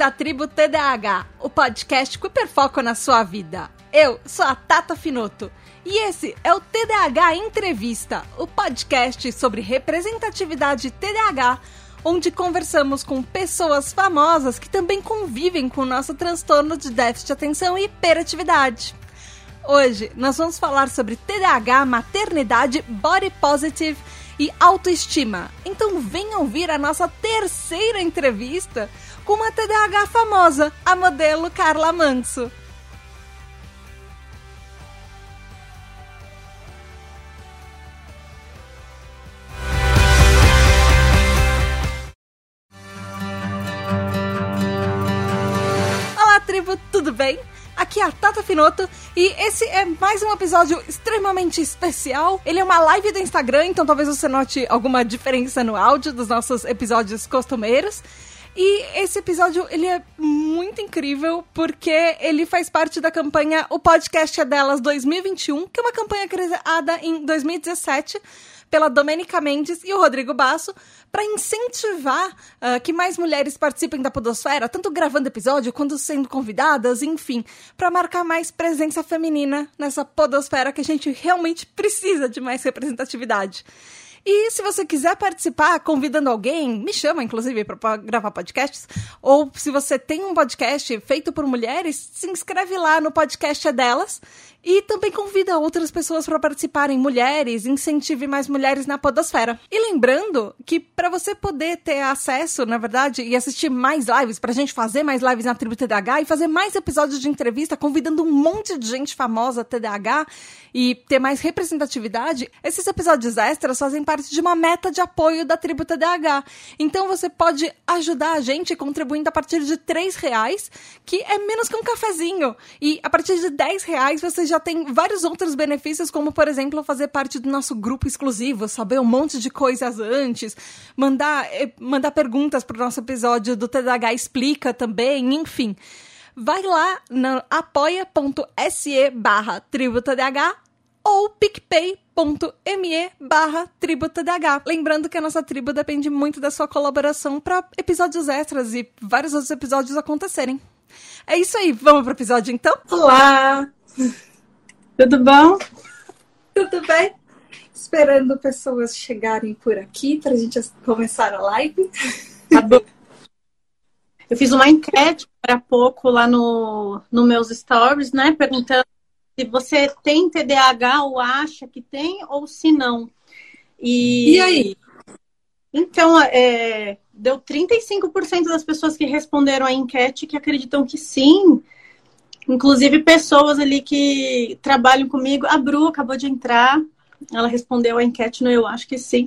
bem-vindo à Tribo TDAH, o podcast com hiperfoco na sua vida. Eu sou a Tata Finoto e esse é o TDAH Entrevista, o podcast sobre representatividade TDAH, onde conversamos com pessoas famosas que também convivem com o nosso transtorno de déficit de atenção e hiperatividade. Hoje nós vamos falar sobre TDAH, maternidade, body positive e autoestima. Então venha ouvir a nossa terceira entrevista com uma TDAH famosa, a modelo Carla Manso. Olá, tribo, tudo bem? Aqui é a Tata Finoto e esse é mais um episódio extremamente especial. Ele é uma live do Instagram, então talvez você note alguma diferença no áudio dos nossos episódios costumeiros. E esse episódio, ele é muito incrível porque ele faz parte da campanha O Podcast é Delas 2021, que é uma campanha criada em 2017 pela Domênica Mendes e o Rodrigo Basso, para incentivar que mais mulheres participem da podosfera, tanto gravando episódio quanto sendo convidadas, enfim, para marcar mais presença feminina nessa podosfera que a gente realmente precisa de mais representatividade. E se você quiser participar convidando alguém, me chama, inclusive, para gravar podcasts. Ou se você tem um podcast feito por mulheres, se inscreve lá no Podcast é Delas. E também convida outras pessoas para participarem, mulheres, incentive mais mulheres na podosfera. E lembrando que para você poder ter acesso, na verdade, e assistir mais lives, pra gente fazer mais lives na Tribo TDAH e fazer mais episódios de entrevista convidando um monte de gente famosa TDAH e ter mais representatividade, esses episódios extras fazem parte de uma meta de apoio da Tribo TDAH. Então você pode ajudar a gente contribuindo a partir de R$3, que é menos que um cafezinho. E a partir de R$10 você já tem vários outros benefícios, como, por exemplo, fazer parte do nosso grupo exclusivo, saber um monte de coisas antes, mandar perguntas para o nosso episódio do TDAH Explica também, enfim. Vai lá no apoia.se/tributdh ou picpay.me/tributdh. Lembrando que a nossa tribo depende muito da sua colaboração para episódios extras e vários outros episódios acontecerem. É isso aí, vamos para o episódio então? Olá! Tudo bom? Tudo bem? Esperando pessoas chegarem por aqui para a gente começar a live. Tá bom. Eu fiz uma enquete há pouco lá no meus stories, né? Perguntando se você tem TDAH ou acha que tem ou se não. E aí? Então, deu 35% das pessoas que responderam a enquete que acreditam que sim. Inclusive pessoas ali que trabalham comigo. A Bru acabou de entrar. Ela respondeu a enquete no Eu Acho Que Sim.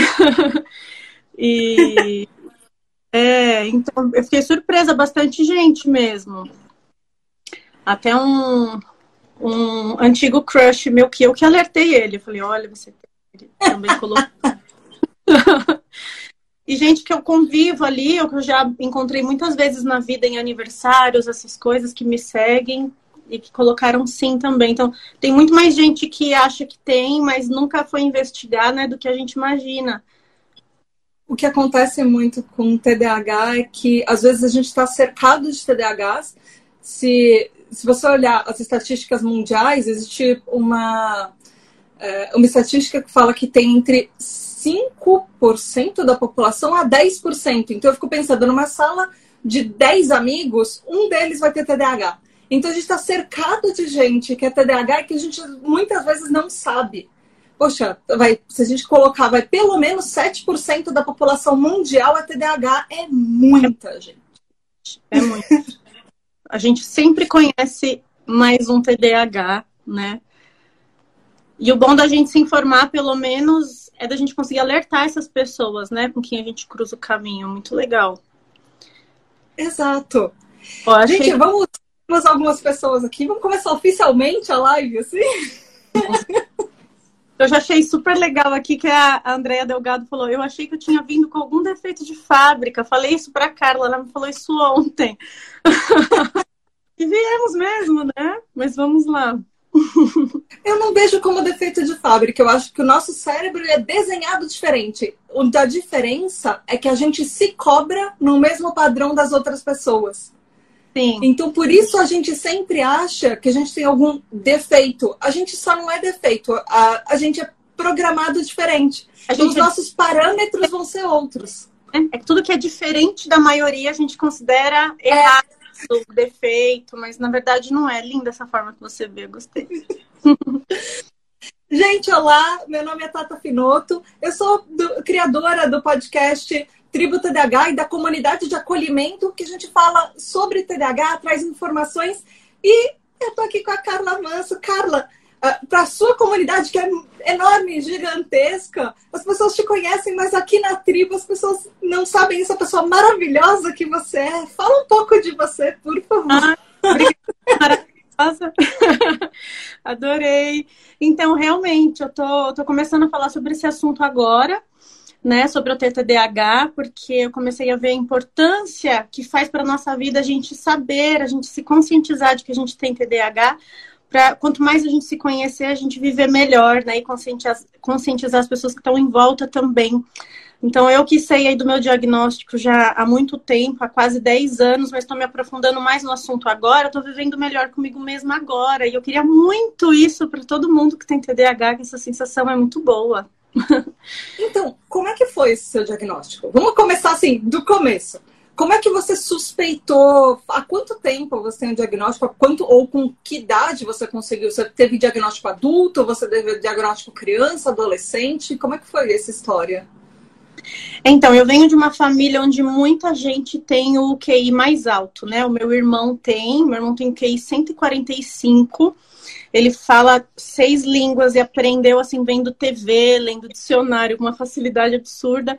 Então eu fiquei surpresa. Bastante gente mesmo. Até um antigo crush meu que eu que alertei ele. Eu falei, olha, você também colocou. E gente que eu convivo ali, eu já encontrei muitas vezes na vida em aniversários, essas coisas que me seguem e que colocaram sim também. Então, tem muito mais gente que acha que tem, mas nunca foi investigar, né, do que a gente imagina. O que acontece muito com o TDAH é que, às vezes, a gente está cercado de TDAHs. Se você olhar as estatísticas mundiais, existe uma estatística que fala que tem entre 5% da população a 10%. Então eu fico pensando, numa sala de 10 amigos, um deles vai ter TDAH. Então a gente está cercado de gente que é TDAH e que a gente muitas vezes não sabe. Poxa, se a gente colocar, vai pelo menos 7% da população mundial é TDAH, é muita gente. É muito. A gente sempre conhece mais um TDAH, né? E o bom da gente se informar, pelo menos, é da gente conseguir alertar essas pessoas, né? Com quem a gente cruza o caminho. Muito legal. Exato. Gente, vamos algumas pessoas aqui. Vamos começar oficialmente a live, assim? Eu já achei super legal aqui que a Andrea Delgado falou. Eu achei que eu tinha vindo com algum defeito de fábrica. Falei isso pra Carla, ela me falou isso ontem. E viemos mesmo, né? Mas vamos lá. Eu não vejo como defeito de fábrica. Eu acho que o nosso cérebro é desenhado diferente. A diferença é que a gente se cobra no mesmo padrão das outras pessoas. Sim. Então, por isso a gente sempre acha que a gente tem algum defeito. A gente só não é defeito. A gente é programado diferente. Então, os nossos parâmetros vão ser outros. É que tudo que é diferente da maioria a gente considera errado, defeito, mas na verdade não é. Linda essa forma que você vê, eu gostei. Gente, olá, meu nome é Tata Finoto, eu sou criadora do podcast Tribo TDAH e da comunidade de acolhimento que a gente fala sobre TDAH, traz informações e eu tô aqui com a Carla Manso. Carla, para a sua comunidade que é enorme, gigantesca, as pessoas te conhecem, mas aqui na tribo as pessoas não sabem essa pessoa maravilhosa que você é. Fala um pouco de você, por favor. Obrigada. Nossa, adorei. Então, realmente, eu tô começando a falar sobre esse assunto agora, né, sobre o TDAH, porque eu comecei a ver a importância que faz para nossa vida a gente saber, a gente se conscientizar de que a gente tem TDAH, para quanto mais a gente se conhecer, a gente viver melhor, né, e conscientizar as pessoas que estão em volta também. Então, eu que sei aí do meu diagnóstico já há muito tempo, há quase 10 anos, mas estou me aprofundando mais no assunto agora, estou vivendo melhor comigo mesma agora. E eu queria muito isso para todo mundo que tem TDAH, que essa sensação é muito boa. Então, como é que foi esse seu diagnóstico? Vamos começar assim, do começo. Como é que você suspeitou? Há quanto tempo você tem o diagnóstico? Ou com que idade você conseguiu? Você teve diagnóstico adulto? Você teve diagnóstico criança, adolescente? Como é que foi essa história? Então, eu venho de uma família onde muita gente tem o QI mais alto, né? Meu irmão tem QI 145, ele fala 6 línguas e aprendeu, assim, vendo TV, lendo dicionário, com uma facilidade absurda.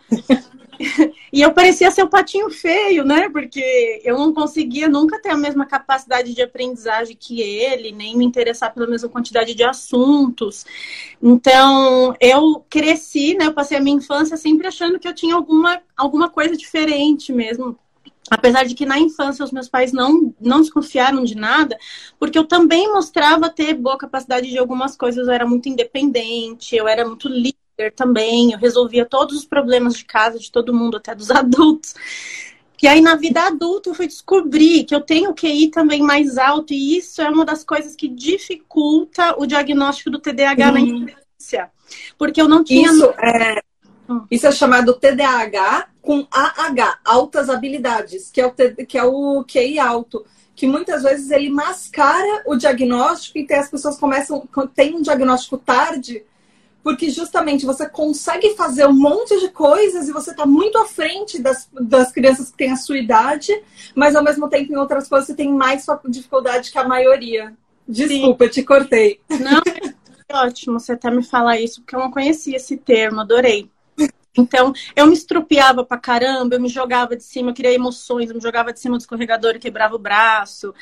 E eu parecia ser o patinho feio, né? Porque eu não conseguia nunca ter a mesma capacidade de aprendizagem que ele, nem me interessar pela mesma quantidade de assuntos. Então, eu cresci, né? Eu passei a minha infância sempre achando que eu tinha alguma coisa diferente mesmo. Apesar de que na infância os meus pais não desconfiaram de nada, porque eu também mostrava ter boa capacidade de algumas coisas. Eu era muito independente, eu era muito livre também, eu resolvia todos os problemas de casa, de todo mundo, até dos adultos. E aí, na vida adulta, eu fui descobrir que eu tenho o QI também mais alto, e isso é uma das coisas que dificulta o diagnóstico do TDAH na infância. Porque eu não tinha... Isso é chamado TDAH com AH, altas habilidades, que é o QI alto, que muitas vezes ele mascara o diagnóstico e as pessoas têm um diagnóstico tarde, porque justamente você consegue fazer um monte de coisas e você está muito à frente das crianças que têm a sua idade, mas ao mesmo tempo em outras coisas você tem mais dificuldade que a maioria. Desculpa, eu te cortei. Não, é ótimo você até me falar isso, porque eu não conhecia esse termo, adorei. Então, eu me estrupiava pra caramba, eu me jogava de cima, eu queria emoções, eu me jogava de cima do escorregador e quebrava o braço.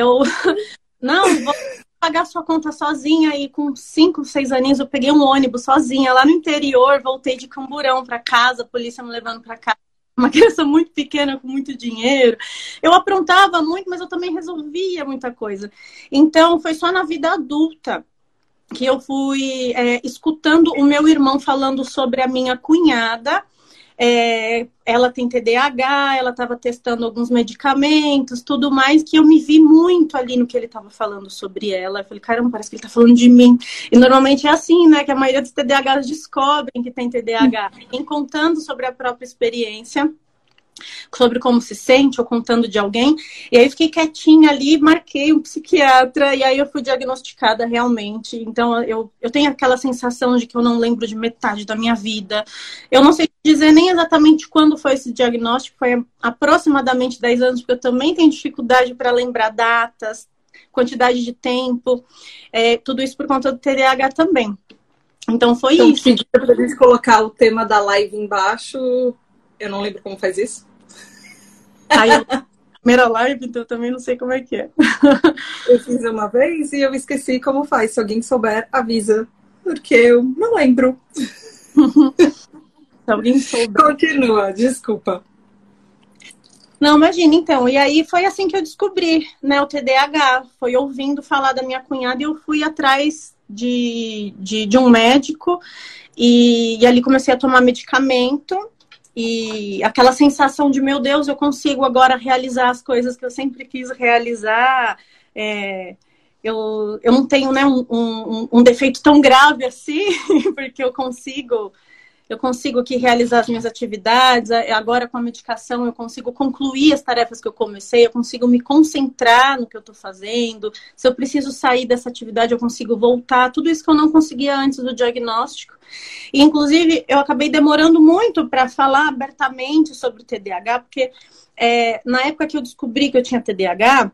Não, vou pagar sua conta sozinha, e com 5, 6 aninhos eu peguei um ônibus sozinha lá no interior, voltei de Camburão pra casa, a polícia me levando pra casa. Uma criança muito pequena, com muito dinheiro. Eu aprontava muito, mas eu também resolvia muita coisa. Então, foi só na vida adulta que eu fui escutando o meu irmão falando sobre a minha cunhada. Ela tem TDAH, ela estava testando alguns medicamentos, tudo mais, que eu me vi muito ali no que ele estava falando sobre ela. Eu falei, caramba, parece que ele está falando de mim. E normalmente é assim, né, que a maioria dos TDAHs descobrem que tem TDAH, em contando sobre a própria experiência, sobre como se sente ou contando de alguém. E aí eu fiquei quietinha ali, marquei um psiquiatra e aí eu fui diagnosticada realmente. Então eu tenho aquela sensação de que eu não lembro de metade da minha vida. Eu não sei dizer nem exatamente quando foi esse diagnóstico, foi aproximadamente 10 anos, porque eu também tenho dificuldade para lembrar datas, quantidade de tempo, tudo isso por conta do TDAH também. Então foi isso. Pedi pra gente colocar o tema da live embaixo. Eu não lembro como faz isso. Primeira live, então eu também não sei como é que é. Eu fiz uma vez e eu esqueci como faz. Se alguém souber, avisa. Porque eu não lembro. Se alguém souber. Continua, desculpa. Não, imagina, então. E aí foi assim que eu descobri, né, o TDAH. Foi ouvindo falar da minha cunhada e eu fui atrás de um médico e ali comecei a tomar medicamento e aquela sensação de, meu Deus, eu consigo agora realizar as coisas que eu sempre quis realizar. Eu não tenho, né, um defeito tão grave assim, porque eu consigo aqui realizar as minhas atividades, agora com a medicação eu consigo concluir as tarefas que eu comecei, eu consigo me concentrar no que eu estou fazendo, se eu preciso sair dessa atividade eu consigo voltar, tudo isso que eu não conseguia antes do diagnóstico. E, inclusive, eu acabei demorando muito para falar abertamente sobre o TDAH, porque na época que eu descobri que eu tinha TDAH,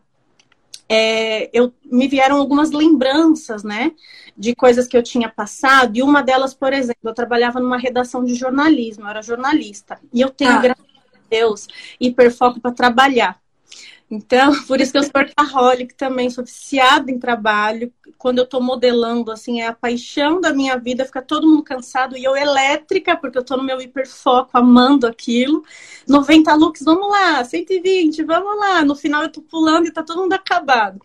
me vieram algumas lembranças, né, de coisas que eu tinha passado, e uma delas, por exemplo, eu trabalhava numa redação de jornalismo, eu era jornalista, e eu tenho, graças a Deus, hiperfoco para trabalhar. Então, por isso que eu sou workaholic também, sou viciada em trabalho. Quando eu tô modelando, assim, é a paixão da minha vida, fica todo mundo cansado e eu elétrica, porque eu tô no meu hiperfoco, amando aquilo. 90 looks, vamos lá, 120, vamos lá. No final eu tô pulando e tá todo mundo acabado.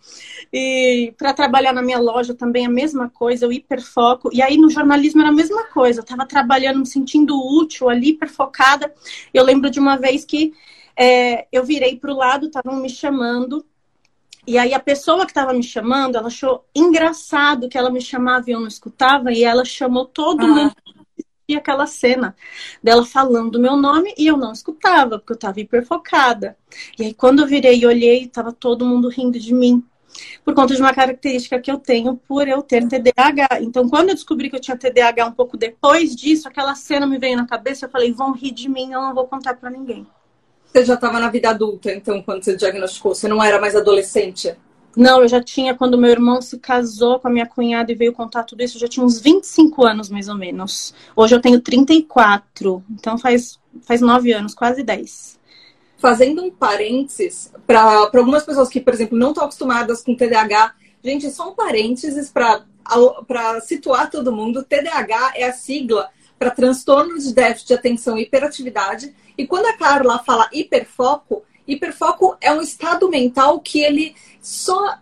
E para trabalhar na minha loja também a mesma coisa, eu hiperfoco. E aí no jornalismo era a mesma coisa, eu tava trabalhando, me sentindo útil ali, hiperfocada. Eu lembro de uma vez que eu virei para o lado, estavam me chamando, e aí a pessoa que estava me chamando, ela achou engraçado que ela me chamava e eu não escutava, e ela chamou todo mundo e aquela cena dela falando o meu nome e eu não escutava, porque eu estava hiperfocada. E aí quando eu virei e olhei, estava todo mundo rindo de mim, por conta de uma característica que eu tenho por eu ter TDAH. Então, quando eu descobri que eu tinha TDAH um pouco depois disso, aquela cena me veio na cabeça, eu falei, vão rir de mim, eu não vou contar para ninguém. Você já estava na vida adulta, então, quando você diagnosticou? Você não era mais adolescente? Não, eu já tinha, quando meu irmão se casou com a minha cunhada e veio contar tudo isso, eu já tinha uns 25 anos, mais ou menos. Hoje eu tenho 34, então faz 9 anos, quase 10. Fazendo um parênteses, para algumas pessoas que, por exemplo, não estão acostumadas com TDAH, gente, só um parênteses para situar todo mundo. TDAH é a sigla para transtorno de déficit de atenção e hiperatividade. E quando a Carla fala hiperfoco é um estado mental que ele só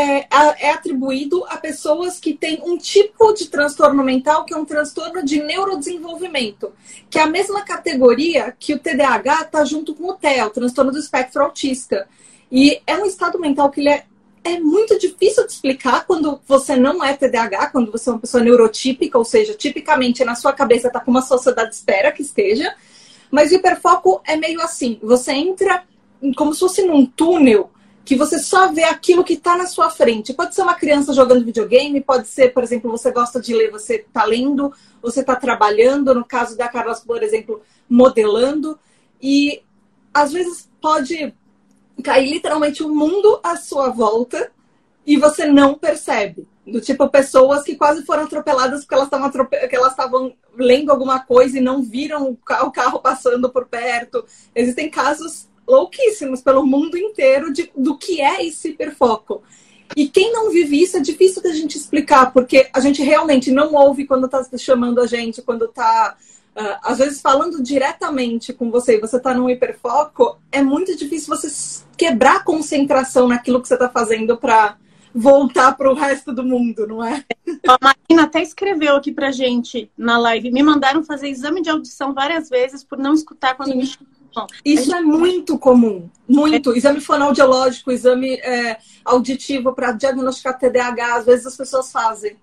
é atribuído a pessoas que têm um tipo de transtorno mental que é um transtorno de neurodesenvolvimento, que é a mesma categoria que o TDAH está junto com o TEA, o transtorno do espectro autista. E é um estado mental que ele é muito difícil de explicar quando você não é TDAH, quando você é uma pessoa neurotípica, ou seja, tipicamente na sua cabeça está com uma sociedade espera que esteja. Mas o hiperfoco é meio assim, você entra como se fosse num túnel que você só vê aquilo que está na sua frente. Pode ser uma criança jogando videogame, pode ser, por exemplo, você gosta de ler, você está lendo, você está trabalhando, no caso da Carla, por exemplo, modelando. E às vezes pode cair literalmente o mundo à sua volta e você não percebe. Do tipo, pessoas que quase foram atropeladas porque elas estavam lendo alguma coisa e não viram o carro passando por perto. Existem casos louquíssimos pelo mundo inteiro do que é esse hiperfoco. E quem não vive isso é difícil da gente explicar, porque a gente realmente não ouve quando está chamando a gente, quando está, às vezes, falando diretamente com você e você está num hiperfoco, é muito difícil você quebrar a concentração naquilo que você está fazendo para voltar para o resto do mundo, não é? A Marina até escreveu aqui pra gente na live. Me mandaram fazer exame de audição várias vezes por não escutar quando me chamam. Isso é muito comum. Muito. Exame fonoaudiológico, exame auditivo para diagnosticar TDAH. Às vezes as pessoas fazem.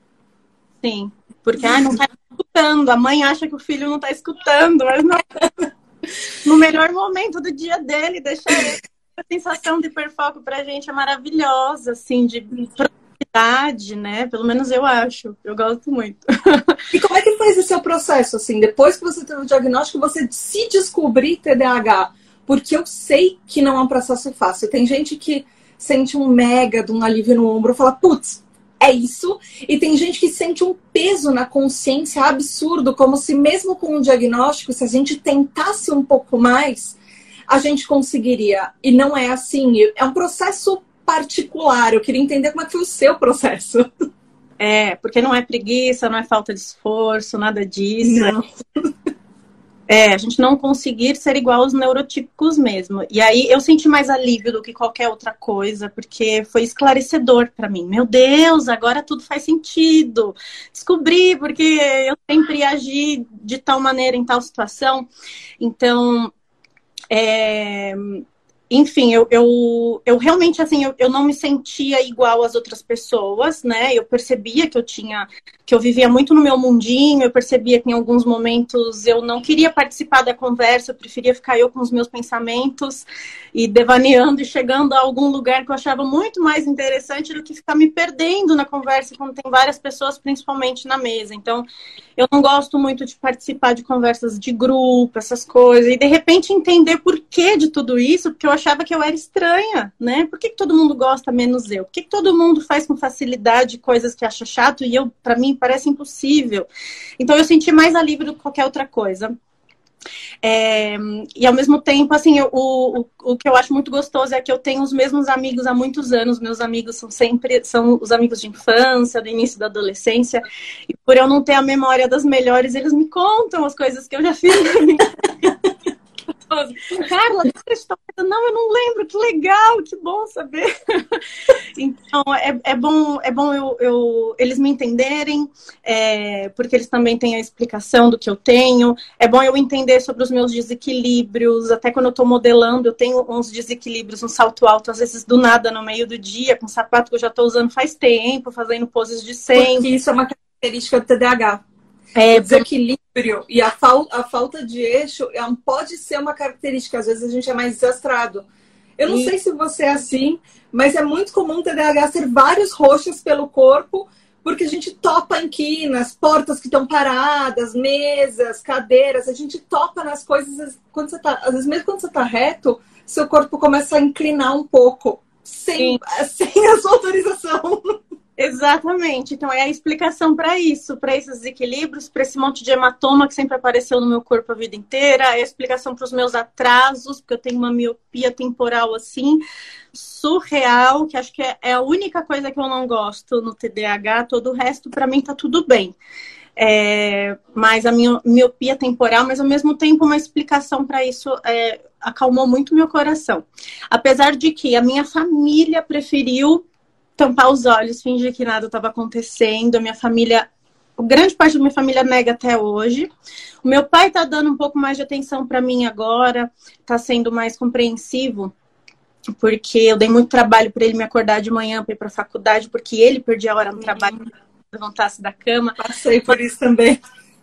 Sim. Porque não está escutando. A mãe acha que o filho não está escutando, mas não. No melhor momento do dia dele, deixa ele. A sensação de hiperfoco pra gente é maravilhosa, assim, de produtividade, né? Pelo menos eu acho. Eu gosto muito. E como é que foi esse seu processo, assim? Depois que você teve o diagnóstico, você se descobrir TDAH? Porque eu sei que não é um processo fácil. Tem gente que sente um mega de um alívio no ombro e fala, putz, é isso. E tem gente que sente um peso na consciência absurdo, como se mesmo com o diagnóstico, se a gente tentasse um pouco mais, a gente conseguiria. E não é assim. É um processo particular. Eu queria entender como é que foi o seu processo. Porque não é preguiça, não é falta de esforço, nada disso. Não. A gente não conseguir ser igual aos neurotípicos mesmo. E aí eu senti mais alívio do que qualquer outra coisa, porque foi esclarecedor para mim. Meu Deus, agora tudo faz sentido. Descobri porque eu sempre agi de tal maneira em tal situação. Então, enfim, eu realmente, assim, eu não me sentia igual às outras pessoas, né? Eu percebia que eu vivia muito no meu mundinho, eu percebia que em alguns momentos eu não queria participar da conversa, eu preferia ficar eu com os meus pensamentos e devaneando e chegando a algum lugar que eu achava muito mais interessante do que ficar me perdendo na conversa quando tem várias pessoas, principalmente na mesa. Então, eu não gosto muito de participar de conversas de grupo, essas coisas, e de repente entender por que de tudo isso, porque eu achava que eu era estranha, né? Por que todo mundo gosta menos eu? Por que todo mundo faz com facilidade coisas que acha chato e para mim, parece impossível? Então, eu senti mais alívio do que qualquer outra coisa. E ao mesmo tempo, assim, o que eu acho muito gostoso é que eu tenho os mesmos amigos há muitos anos. Meus amigos são os amigos de infância, do início da adolescência, e por eu não ter a memória das melhores, eles me contam as coisas que eu já fiz. Carla, não, eu não lembro, que legal, que bom saber. Então, é bom eles me entenderem, porque eles também têm a explicação do que eu tenho. É bom eu entender sobre os meus desequilíbrios, até quando eu estou modelando, eu tenho uns desequilíbrios, um salto alto, às vezes do nada, no meio do dia, com sapato que eu já estou usando faz tempo, fazendo poses de 100. Porque isso é uma característica do TDAH. O desequilíbrio e a falta de eixo pode ser uma característica. Às vezes a gente é mais desastrado. Eu não sei se você é assim, mas é muito comum o TDAH ter vários roxos pelo corpo, porque a gente topa em quinas, portas que estão paradas, mesas, cadeiras. A gente topa nas coisas. Às vezes, mesmo quando você está reto, seu corpo começa a inclinar um pouco, sem a sua autorização. Exatamente, então é a explicação para isso, para esses desequilíbrios, para esse monte de hematoma que sempre apareceu no meu corpo a vida inteira, é a explicação para os meus atrasos, porque eu tenho uma miopia temporal assim, surreal, que acho que é a única coisa que eu não gosto no TDAH, todo o resto para mim tá tudo bem. Mas a minha miopia temporal, mas ao mesmo tempo uma explicação para isso acalmou muito meu coração. Apesar de que a minha família preferiu tampar os olhos, fingir que nada estava acontecendo. A minha família, grande parte da minha família nega até hoje. O meu pai está dando um pouco mais de atenção para mim agora, está sendo mais compreensivo, porque eu dei muito trabalho para ele me acordar de manhã para ir para a faculdade, porque ele perdia a hora no trabalho para levantar-se da cama. Passei por isso também.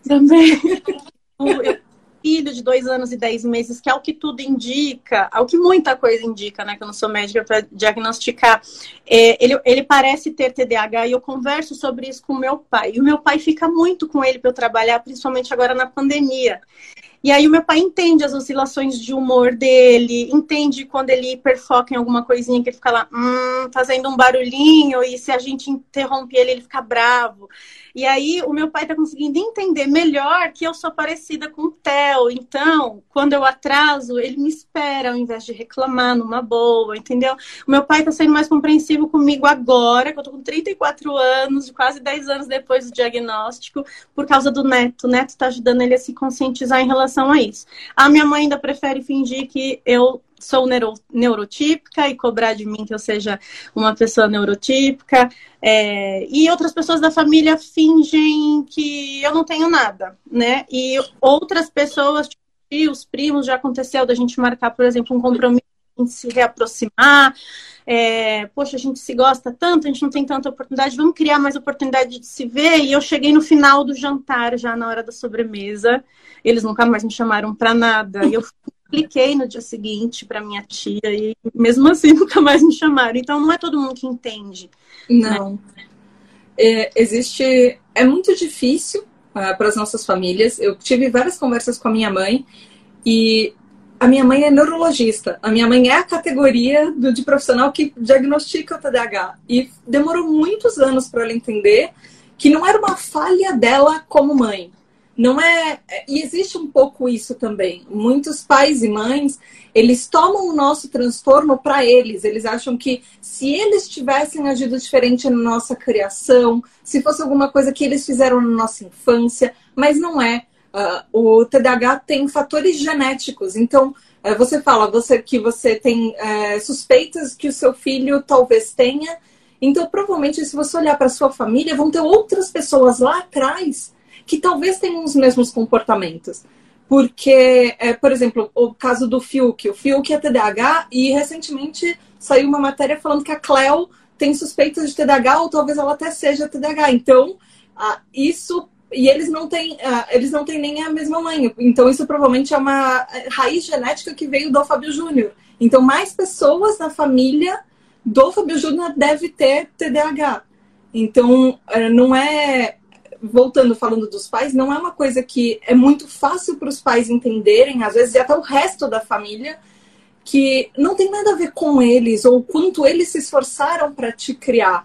Filho de 2 anos e 10 meses, que é o que tudo indica, ao que muita coisa indica, né? Que eu não sou médica para diagnosticar. Ele parece ter TDAH e eu converso sobre isso com o meu pai. E o meu pai fica muito com ele para eu trabalhar, principalmente agora na pandemia. E aí o meu pai entende as oscilações de humor dele, entende quando ele hiperfoca em alguma coisinha, que ele fica lá fazendo um barulhinho, e se a gente interrompe ele fica bravo. E aí o meu pai tá conseguindo entender melhor que eu sou parecida com o Theo. Então, quando eu atraso, ele me espera ao invés de reclamar numa boa, entendeu? O meu pai tá sendo mais compreensivo comigo agora, que eu tô com 34 anos, quase 10 anos depois do diagnóstico, por causa do Neto. O Neto tá ajudando ele a se conscientizar em relação a isso. A minha mãe ainda prefere fingir que eu sou neurotípica e cobrar de mim que eu seja uma pessoa neurotípica. E outras pessoas da família fingem que eu não tenho nada, né? E outras pessoas, tipo, os primos, já aconteceu da gente marcar, por exemplo, um compromisso, a gente se reaproximar. Poxa, a gente se gosta tanto, a gente não tem tanta oportunidade, vamos criar mais oportunidade de se ver. E eu cheguei no final do jantar, já na hora da sobremesa, eles nunca mais me chamaram para nada. E eu expliquei no dia seguinte para minha tia e mesmo assim nunca mais me chamaram. Então não é todo mundo que entende. Não. Né? É muito difícil para as nossas famílias. Eu tive várias conversas com a minha mãe e a minha mãe é neurologista. A minha mãe é a categoria de profissional que diagnostica o TDAH. E demorou muitos anos para ela entender que não era uma falha dela como mãe. Não é... E existe um pouco isso também. Muitos pais e mães, eles tomam o nosso transtorno para eles. Eles acham que se eles tivessem agido diferente na nossa criação, se fosse alguma coisa que eles fizeram na nossa infância, mas não é. O TDAH tem fatores genéticos. Então, você fala que você tem suspeitas que o seu filho talvez tenha. Então, provavelmente, se você olhar para sua família, vão ter outras pessoas lá atrás que talvez tenham os mesmos comportamentos. Porque, por exemplo, o caso do Fiuk. O Fiuk é TDAH e recentemente saiu uma matéria falando que a Cleo tem suspeitas de TDAH ou talvez ela até seja TDAH. Então, isso... E eles não têm nem a mesma mãe. Então, isso provavelmente é uma raiz genética que veio do Fábio Júnior. Então, mais pessoas na família do Fábio Júnior devem ter TDAH. Então, não é... Voltando, falando dos pais, não é uma coisa que é muito fácil para os pais entenderem, às vezes, e até o resto da família, que não tem nada a ver com eles, ou quanto eles se esforçaram para te criar.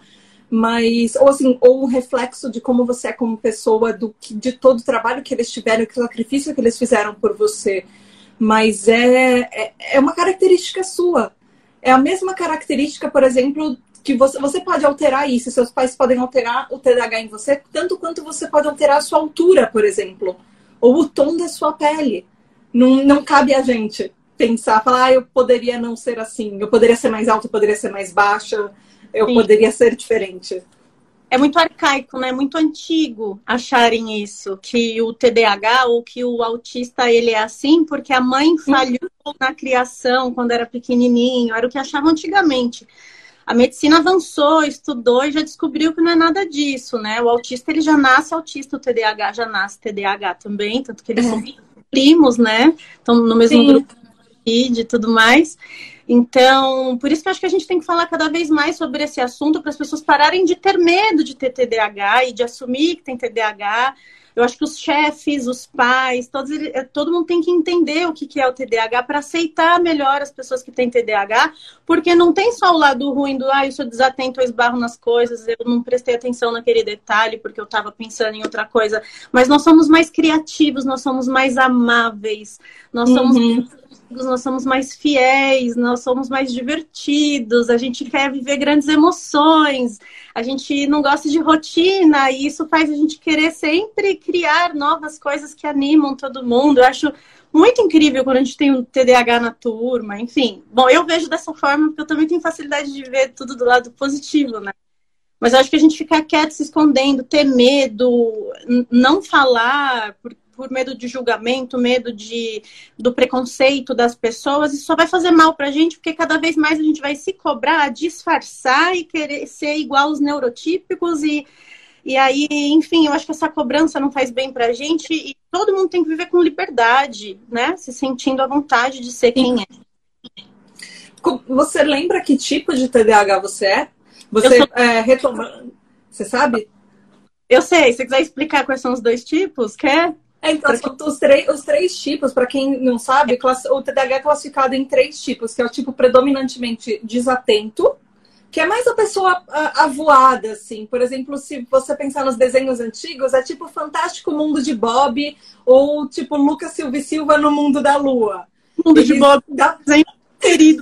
Mas, ou um reflexo de como você é como pessoa, de todo o trabalho que eles tiveram, que o sacrifício que eles fizeram por você. Mas é uma característica sua. É a mesma característica, por exemplo, que você pode alterar isso. Seus pais podem alterar o TDAH em você, tanto quanto você pode alterar a sua altura, por exemplo. Ou o tom da sua pele. Não cabe a gente pensar, falar, eu poderia não ser assim. Eu poderia ser mais alta, eu poderia ser mais baixa. Eu poderia ser diferente. É muito arcaico, né? Muito antigo acharem isso, que o TDAH ou que o autista ele é assim porque a mãe falhou na criação quando era pequenininho. Era o que achavam antigamente. A medicina avançou, estudou e já descobriu que não é nada disso, né? O autista ele já nasce autista, o TDAH já nasce TDAH também, tanto que eles são primos, né? Estão no mesmo grupo e tudo mais. Então, por isso que eu acho que a gente tem que falar cada vez mais sobre esse assunto para as pessoas pararem de ter medo de ter TDAH e de assumir que tem TDAH. Eu acho que os chefes, os pais, todo mundo tem que entender o que é o TDAH para aceitar melhor as pessoas que têm TDAH, porque não tem só o lado ruim do eu sou desatento, eu esbarro nas coisas, eu não prestei atenção naquele detalhe porque eu estava pensando em outra coisa. Mas nós somos mais criativos, nós somos mais amáveis, nós somos mais fiéis, nós somos mais divertidos, a gente quer viver grandes emoções, a gente não gosta de rotina e isso faz a gente querer sempre criar novas coisas que animam todo mundo. Eu acho muito incrível quando a gente tem um TDAH na turma, enfim. Bom, eu vejo dessa forma porque eu também tenho facilidade de ver tudo do lado positivo, né? Mas eu acho que a gente ficar quieto, se escondendo, ter medo, não falar por medo de julgamento, medo do preconceito das pessoas, isso só vai fazer mal pra gente, porque cada vez mais a gente vai se cobrar, disfarçar e querer ser igual aos neurotípicos e aí, enfim, eu acho que essa cobrança não faz bem pra gente e todo mundo tem que viver com liberdade, né? Se sentindo à vontade de ser quem é. Você lembra que tipo de TDAH você é? Você retomando, você sabe? Eu sei, se você quiser explicar quais são os dois tipos, quer? Então, são os três tipos, para quem não sabe, o TDAH é classificado em 3 tipos, que é o tipo predominantemente desatento, que é mais a pessoa avoada, assim. Por exemplo, se você pensar nos desenhos antigos, é tipo Fantástico Mundo de Bob, ou tipo Lucas Silva e Silva no Mundo da Lua. Mundo de Bob, desenho querido.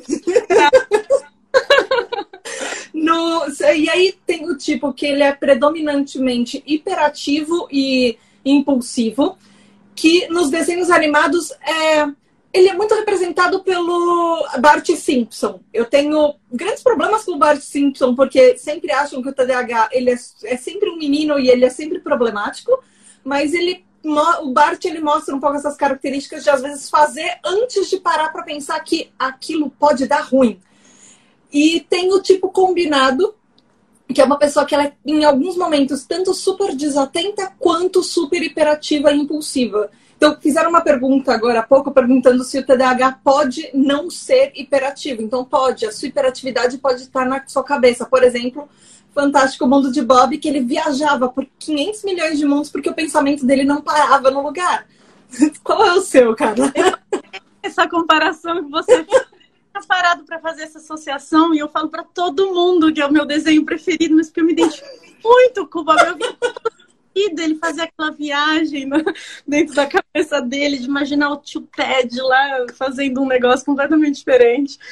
E aí tem o tipo que ele é predominantemente hiperativo e impulsivo, que nos desenhos animados ele é muito representado pelo Bart Simpson. Eu tenho grandes problemas com o Bart Simpson, porque sempre acham que o TDAH ele é sempre um menino e ele é sempre problemático, mas o Bart ele mostra um pouco essas características de às vezes fazer antes de parar para pensar que aquilo pode dar ruim. E tem o tipo combinado, que é uma pessoa que ela é, em alguns momentos, tanto super desatenta quanto super hiperativa e impulsiva. Então, fizeram uma pergunta agora há pouco, perguntando se o TDAH pode não ser hiperativo. Então, pode. A sua hiperatividade pode estar na sua cabeça. Por exemplo, Fantástico Mundo de Bob, que ele viajava por 500 milhões de mundos porque o pensamento dele não parava no lugar. Qual é o seu, cara? Essa comparação que você parado para fazer essa associação e eu falo para todo mundo que é o meu desenho preferido, mas que eu me identifico muito com o Bob. Eu vi ele fazer aquela viagem dentro da cabeça dele, de imaginar o tio Ted lá fazendo um negócio completamente diferente.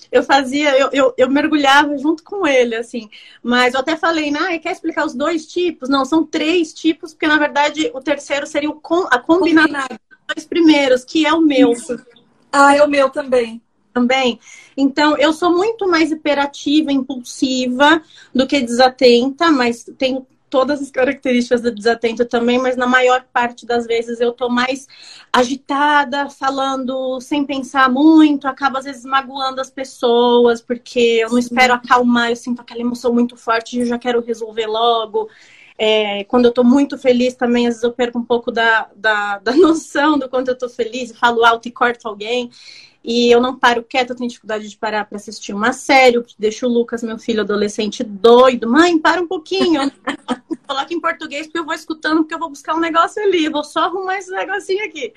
eu mergulhava junto com ele, assim. Mas eu até falei, quer explicar os 2 tipos? Não, são 3 tipos, porque na verdade o terceiro seria a combinação dos 2 primeiros, que é o meu. Isso. É o meu também. Então, eu sou muito mais hiperativa, impulsiva do que desatenta, mas tenho todas as características da desatenta também, mas na maior parte das vezes eu tô mais agitada, falando sem pensar muito, acabo às vezes magoando as pessoas, porque eu não espero acalmar, eu sinto aquela emoção muito forte e eu já quero resolver logo. Quando eu tô muito feliz também, às vezes eu perco um pouco da noção do quanto eu tô feliz, falo alto e corto alguém. E eu não paro quieta, eu tenho dificuldade de parar para assistir uma série, eu deixo o Lucas, meu filho adolescente, doido. Mãe, para um pouquinho. Coloca em português porque eu vou escutando, porque eu vou buscar um negócio ali, vou só arrumar esse negocinho aqui.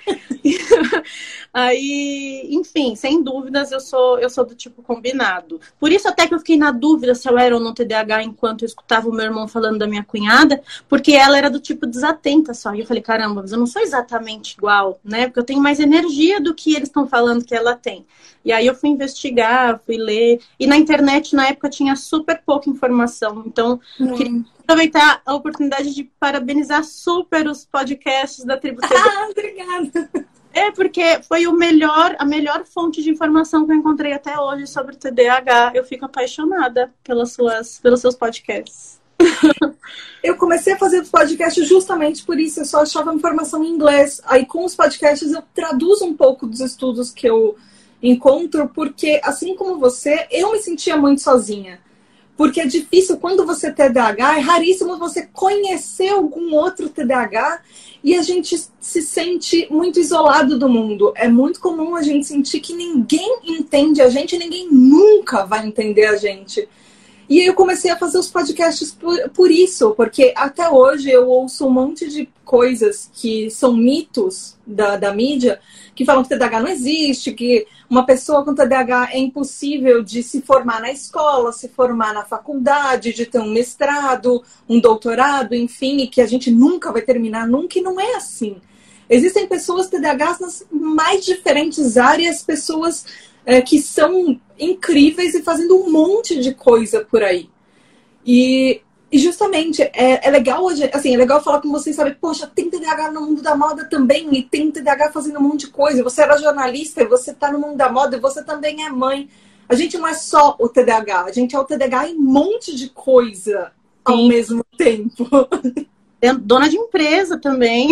Aí, enfim, sem dúvidas, eu sou do tipo combinado. Por isso até que eu fiquei na dúvida se eu era ou não TDAH enquanto eu escutava o meu irmão falando da minha cunhada, porque ela era do tipo desatenta só. E eu falei, caramba, mas eu não sou exatamente igual, né? Porque eu tenho mais energia do que eles estão falando que ela tem. E aí eu fui investigar, fui ler. E na internet, na época, tinha super pouca informação. Então, queria aproveitar a oportunidade de parabenizar super os podcasts da Tribo TDAH. Obrigada. Porque foi a melhor fonte de informação que eu encontrei até hoje sobre TDAH. Eu fico apaixonada pelos seus podcasts. Eu comecei a fazer os podcasts justamente por isso. Eu só achava informação em inglês. Aí com os podcasts eu traduzo um pouco dos estudos que eu encontro, porque assim como você, eu me sentia muito sozinha. Porque é difícil, quando você é TDAH, é raríssimo você conhecer algum outro TDAH e a gente se sente muito isolado do mundo. É muito comum a gente sentir que ninguém entende a gente e ninguém nunca vai entender a gente. E aí eu comecei a fazer os podcasts por isso, porque até hoje eu ouço um monte de coisas que são mitos da mídia, que falam que TDAH não existe, que uma pessoa com TDAH é impossível de se formar na escola, se formar na faculdade, de ter um mestrado, um doutorado, enfim, e que a gente nunca vai terminar nunca, e não é assim. Existem pessoas TDAHs nas mais diferentes áreas, pessoas que são incríveis e fazendo um monte de coisa por aí. E justamente, é legal hoje, assim, é legal falar com vocês, sabe, poxa, tem TDAH no mundo da moda também, e tem TDAH fazendo um monte de coisa. Você era jornalista, e você tá no mundo da moda, e você também é mãe. A gente não é só o TDAH, a gente é o TDAH em um monte de coisa ao mesmo tempo. Dona de empresa também.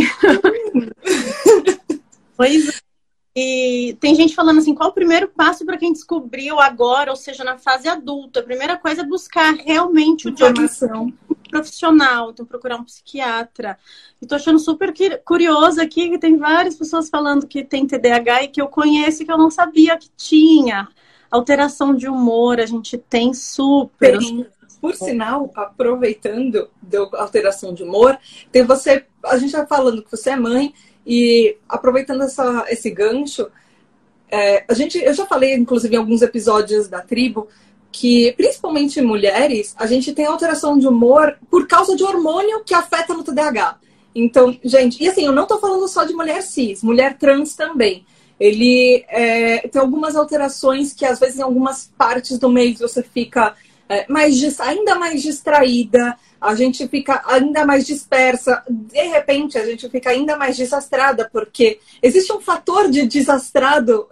Pois é. E tem gente falando assim, qual o primeiro passo para quem descobriu agora, ou seja, na fase adulta? A primeira coisa é buscar realmente o diagnóstico profissional, então procurar um psiquiatra. E tô achando super curiosa aqui que tem várias pessoas falando que tem TDAH e que eu conheço e que eu não sabia que tinha. Alteração de humor, a gente tem super. Por sinal, aproveitando da alteração de humor, a gente tá falando que você é mãe. E aproveitando esse gancho, eu já falei, inclusive, em alguns episódios da tribo, que principalmente mulheres, a gente tem alteração de humor por causa de hormônio que afeta no TDAH. Então, gente, e assim, eu não tô falando só de mulher cis, mulher trans também. Ele tem algumas alterações que, às vezes, em algumas partes do mês você fica ainda mais distraída, a gente fica ainda mais dispersa, de repente a gente fica ainda mais desastrada, porque existe um fator de desastrado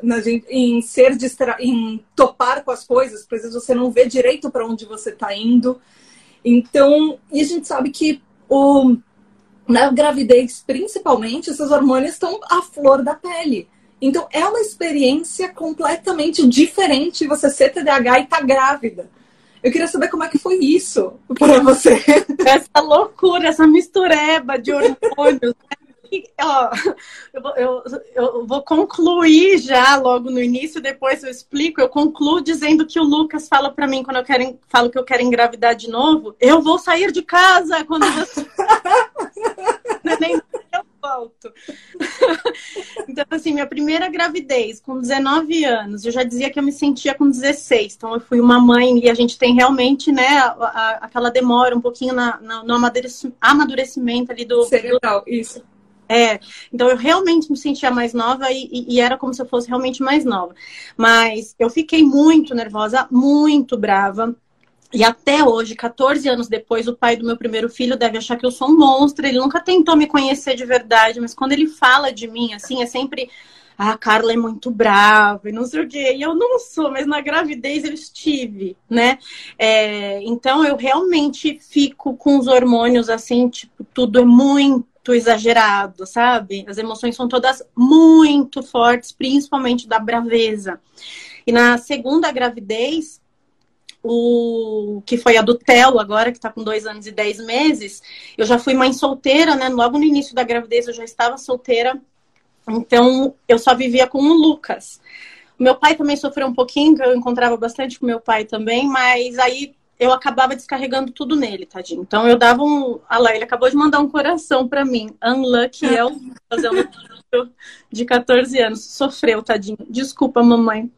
em topar com as coisas, porque às vezes você não vê direito para onde você está indo. Então, e a gente sabe que na gravidez, principalmente, esses hormônios estão à flor da pele. Então, é uma experiência completamente diferente você ser TDAH e estar grávida. Eu queria saber como é que foi isso para você. Essa loucura, essa mistureba de hormônios. Ó, eu vou concluir já logo no início, depois eu explico. Eu concluo dizendo que o Lucas fala para mim quando falo que eu quero engravidar de novo. Eu vou sair de casa quando você... Nem eu volto. Então, assim, minha primeira gravidez, com 19 anos, eu já dizia que eu me sentia com 16. Então, eu fui uma mãe e a gente tem realmente, né, aquela demora um pouquinho no amadurecimento ali do... Cerebral, isso. Então eu realmente me sentia mais nova e era como se eu fosse realmente mais nova. Mas eu fiquei muito nervosa, muito brava. E até hoje, 14 anos depois, o pai do meu primeiro filho deve achar que eu sou um monstro. Ele nunca tentou me conhecer de verdade, mas quando ele fala de mim, assim, é sempre... Ah, a Carla é muito brava e não sei o quê. E eu não sou, mas na gravidez eu estive, né? Então eu realmente fico com os hormônios, assim, tipo, tudo é muito exagerado, sabe? As emoções são todas muito fortes, principalmente da braveza. E na segunda gravidez... que foi a do Theo agora, que tá com 2 anos e 10 meses, eu já fui mãe solteira, né? Logo no início da gravidez eu já estava solteira, então eu só vivia com o Lucas. O meu pai também sofreu um pouquinho, que eu encontrava bastante com meu pai também, mas aí eu acabava descarregando tudo nele, tadinho. Então eu dava Ah lá, ele acabou de mandar um coração pra mim. Unlucky é o de 14 anos. Sofreu, tadinho. Desculpa, mamãe.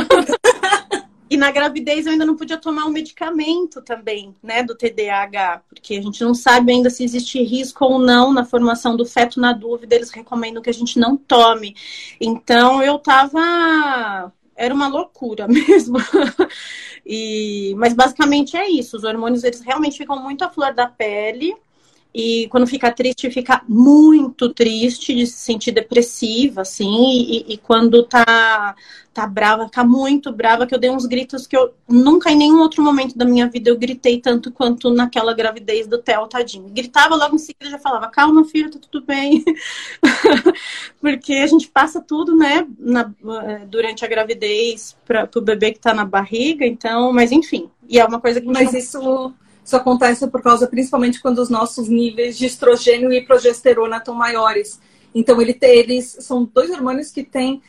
E na gravidez eu ainda não podia tomar um medicamento também, né, do TDAH, porque a gente não sabe ainda se existe risco ou não na formação do feto. Na dúvida, eles recomendam que a gente não tome. Então eu tava... Era uma loucura mesmo. Mas basicamente é isso. Os hormônios, eles realmente ficam muito à flor da pele. E quando fica triste, fica muito triste, de se sentir depressiva, assim. E quando tá brava, fica muito brava, que eu dei uns gritos que eu nunca, em nenhum outro momento da minha vida, eu gritei tanto quanto naquela gravidez do Theo, tadinho. Gritava logo em seguida, já falava, calma, filho, tá tudo bem. Porque a gente passa tudo, né, durante a gravidez pro bebê que tá na barriga, então, mas enfim. E é uma coisa que a gente Isso acontece por causa, principalmente, quando os nossos níveis de estrogênio e progesterona estão maiores. Então, eles são 2 hormônios que têm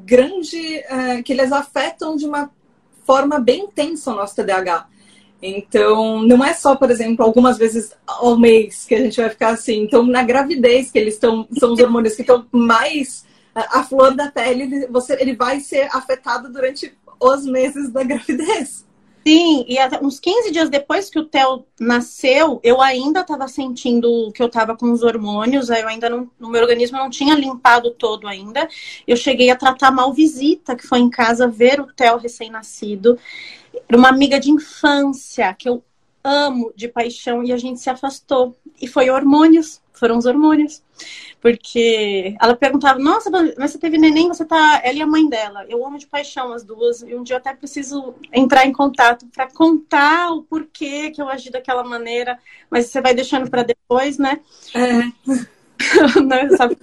que eles afetam de uma forma bem intensa o nosso TDAH. Então, não é só, por exemplo, algumas vezes ao mês que a gente vai ficar assim. Então, na gravidez, que eles são os hormônios que estão mais à flor da pele, ele vai ser afetado durante os meses da gravidez. Sim, e até uns 15 dias depois que o Theo nasceu, eu ainda estava sentindo que eu estava com os hormônios, aí eu ainda não, no meu organismo não tinha limpado todo ainda. Eu cheguei a tratar mal visita, que foi em casa ver o Theo recém-nascido. Era uma amiga de infância que eu amo de paixão e a gente se afastou. E foi foram os hormônios. Porque ela perguntava, nossa, mas você teve neném, ela e a mãe dela. Eu amo de paixão as duas. E um dia eu até preciso entrar em contato para contar o porquê que eu agi daquela maneira. Mas você vai deixando para depois, né? Não, sabe?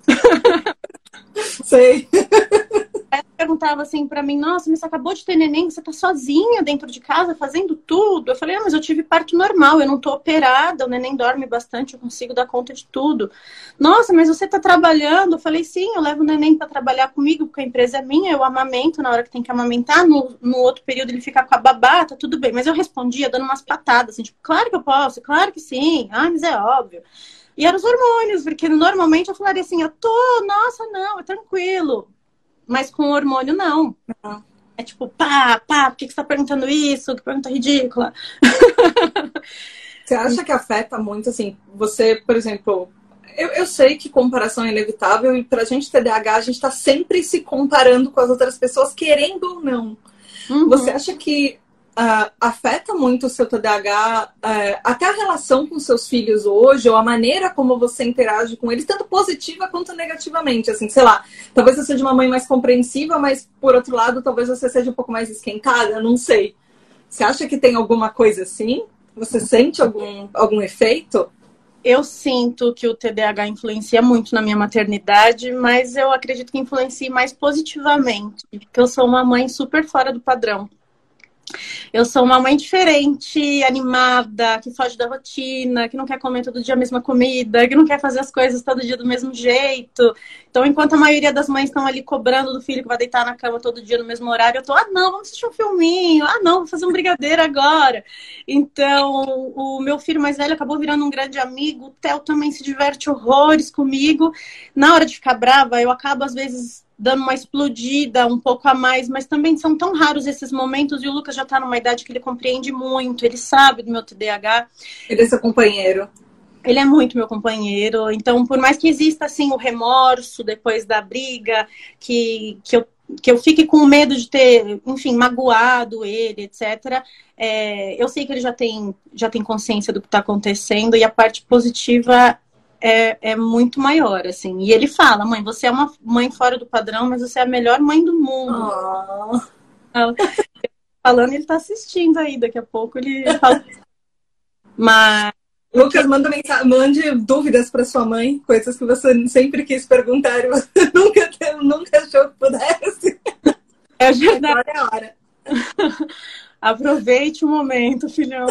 Sei. Ela perguntava assim pra mim, nossa, mas você acabou de ter neném, você tá sozinha dentro de casa fazendo tudo? Eu falei, mas eu tive parto normal, eu não tô operada, o neném dorme bastante, eu consigo dar conta de tudo. Nossa, mas você tá trabalhando? Eu falei, sim, eu levo o neném pra trabalhar comigo, porque a empresa é minha, eu amamento na hora que tem que amamentar, no outro período ele fica com a babá, tá tudo bem. Mas eu respondia dando umas patadas, assim, tipo, claro que eu posso, claro que sim, mas é óbvio. E eram os hormônios, porque normalmente eu falaria assim, nossa, não, é tranquilo. Mas com o hormônio, não. É tipo, por que você tá perguntando isso? Que pergunta ridícula. Você acha que afeta muito, assim, você, por exemplo... Eu sei que comparação é inevitável e pra gente TDAH, a gente tá sempre se comparando com as outras pessoas, querendo ou não. Uhum. Você acha que afeta muito o seu TDAH, até a relação com seus filhos hoje, ou a maneira como você interage com eles, tanto positiva quanto negativamente, assim, sei lá, talvez você seja uma mãe mais compreensiva, mas por outro lado, talvez você seja um pouco mais esquentada, não sei. Você acha que tem alguma coisa assim? Você sente algum efeito? Eu sinto que o TDAH influencia muito na minha maternidade, mas eu acredito que influencia mais positivamente, porque eu sou uma mãe super fora do padrão. Eu sou uma mãe diferente, animada, que foge da rotina, que não quer comer todo dia a mesma comida, que não quer fazer as coisas todo dia do mesmo jeito. Então, enquanto a maioria das mães estão ali cobrando do filho que vai deitar na cama todo dia no mesmo horário, eu tô, não, vamos assistir um filminho, não, vou fazer um brigadeiro agora. Então, o meu filho mais velho acabou virando um grande amigo, o Theo também se diverte horrores comigo. Na hora de ficar brava, eu acabo, às vezes, dando uma explodida um pouco a mais, mas também são tão raros esses momentos, e o Lucas já tá numa idade que ele compreende muito, ele sabe do meu TDAH. Ele é seu companheiro. Ele é muito meu companheiro, então por mais que exista assim o remorso depois da briga, que eu fique com medo de ter, enfim, magoado ele, etc. Eu sei que ele já tem consciência do que está acontecendo e a parte positiva é muito maior, assim. E ele fala, mãe, você é uma mãe fora do padrão, mas você é a melhor mãe do mundo. Oh. Falando, ele tá assistindo aí, daqui a pouco ele fala. Mas Lucas, mande dúvidas para sua mãe, coisas que você sempre quis perguntar e você nunca achou que pudesse. Agora é a hora. Aproveite o momento, filhão.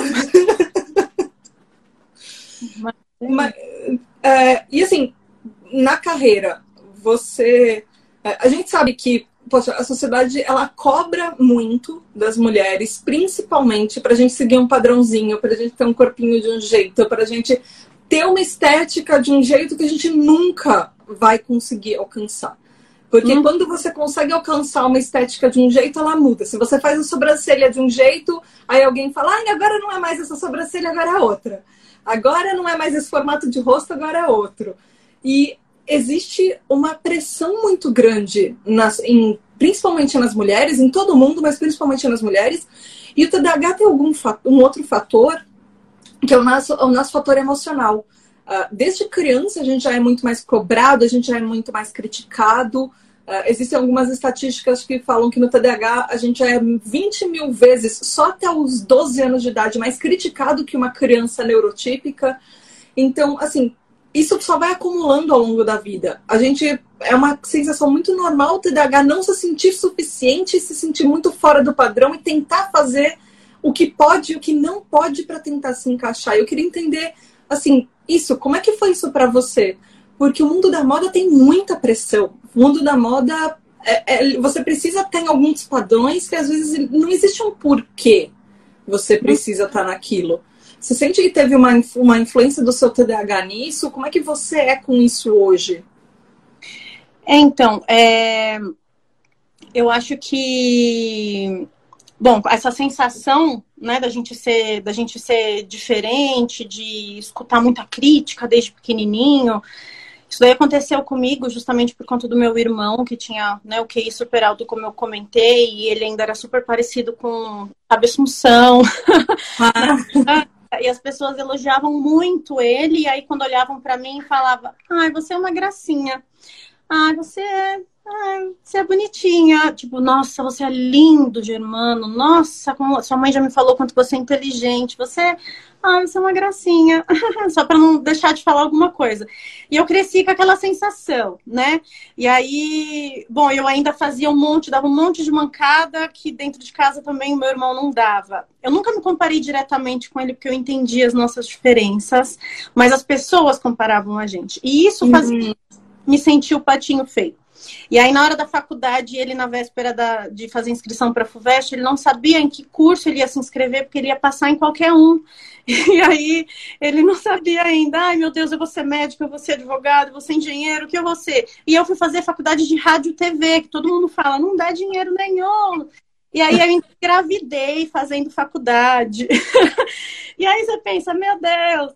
E assim, na carreira, a gente sabe que poxa, a sociedade ela cobra muito das mulheres, principalmente para a gente seguir um padrãozinho, para a gente ter um corpinho de um jeito, para a gente ter uma estética de um jeito que a gente nunca vai conseguir alcançar. Porque quando você consegue alcançar uma estética de um jeito, ela muda. Se você faz a sobrancelha de um jeito, aí alguém fala, agora não é mais essa sobrancelha, agora é outra. Agora não é mais esse formato de rosto, agora é outro. E existe uma pressão muito grande, principalmente nas mulheres, em todo mundo, mas principalmente nas mulheres. E o TDAH tem um outro fator, que é o nosso fator emocional. Desde criança a gente já é muito mais cobrado, a gente já é muito mais criticado. Existem algumas estatísticas que falam que no TDAH a gente já é 20 mil vezes, só até os 12 anos de idade, mais criticado que uma criança neurotípica. Então, assim, isso só vai acumulando ao longo da vida. É uma sensação muito normal o TDAH não se sentir suficiente, se sentir muito fora do padrão e tentar fazer o que pode e o que não pode para tentar se encaixar. Eu queria entender, assim, como é que foi isso para você? Porque o mundo da moda tem muita pressão. O mundo da moda, você precisa ter alguns padrões que às vezes não existe um porquê você precisa estar naquilo. Você sente que teve uma influência do seu TDAH nisso? Como é que você é com isso hoje? Então, eu acho que, bom, essa sensação, né, da gente ser diferente, de escutar muita crítica desde pequenininho, isso daí aconteceu comigo justamente por conta do meu irmão, que tinha, né, o QI super alto, como eu comentei, e ele ainda era super parecido com a Assunção. E as pessoas elogiavam muito ele, e aí quando olhavam pra mim, falavam, você é uma gracinha. Você é bonitinha. Tipo, nossa, você é lindo, Germano. Nossa, como sua mãe já me falou quanto você é inteligente. Você é uma gracinha. Só pra não deixar de falar alguma coisa. E eu cresci com aquela sensação, né? E aí, bom, eu ainda dava um monte de mancada que dentro de casa também o meu irmão não dava. Eu nunca me comparei diretamente com ele porque eu entendia as nossas diferenças, mas as pessoas comparavam a gente. E isso fazia me sentir o patinho feio. E aí, na hora da faculdade, ele, na véspera de fazer inscrição para a FUVEST, ele não sabia em que curso ele ia se inscrever, porque ele ia passar em qualquer um. E aí, ele não sabia ainda. Meu Deus, eu vou ser médico, eu vou ser advogado, eu vou ser engenheiro, o que eu vou ser? E eu fui fazer faculdade de rádio e TV, que todo mundo fala, não dá dinheiro nenhum. E aí, eu engravidei fazendo faculdade. E aí, você pensa, meu Deus...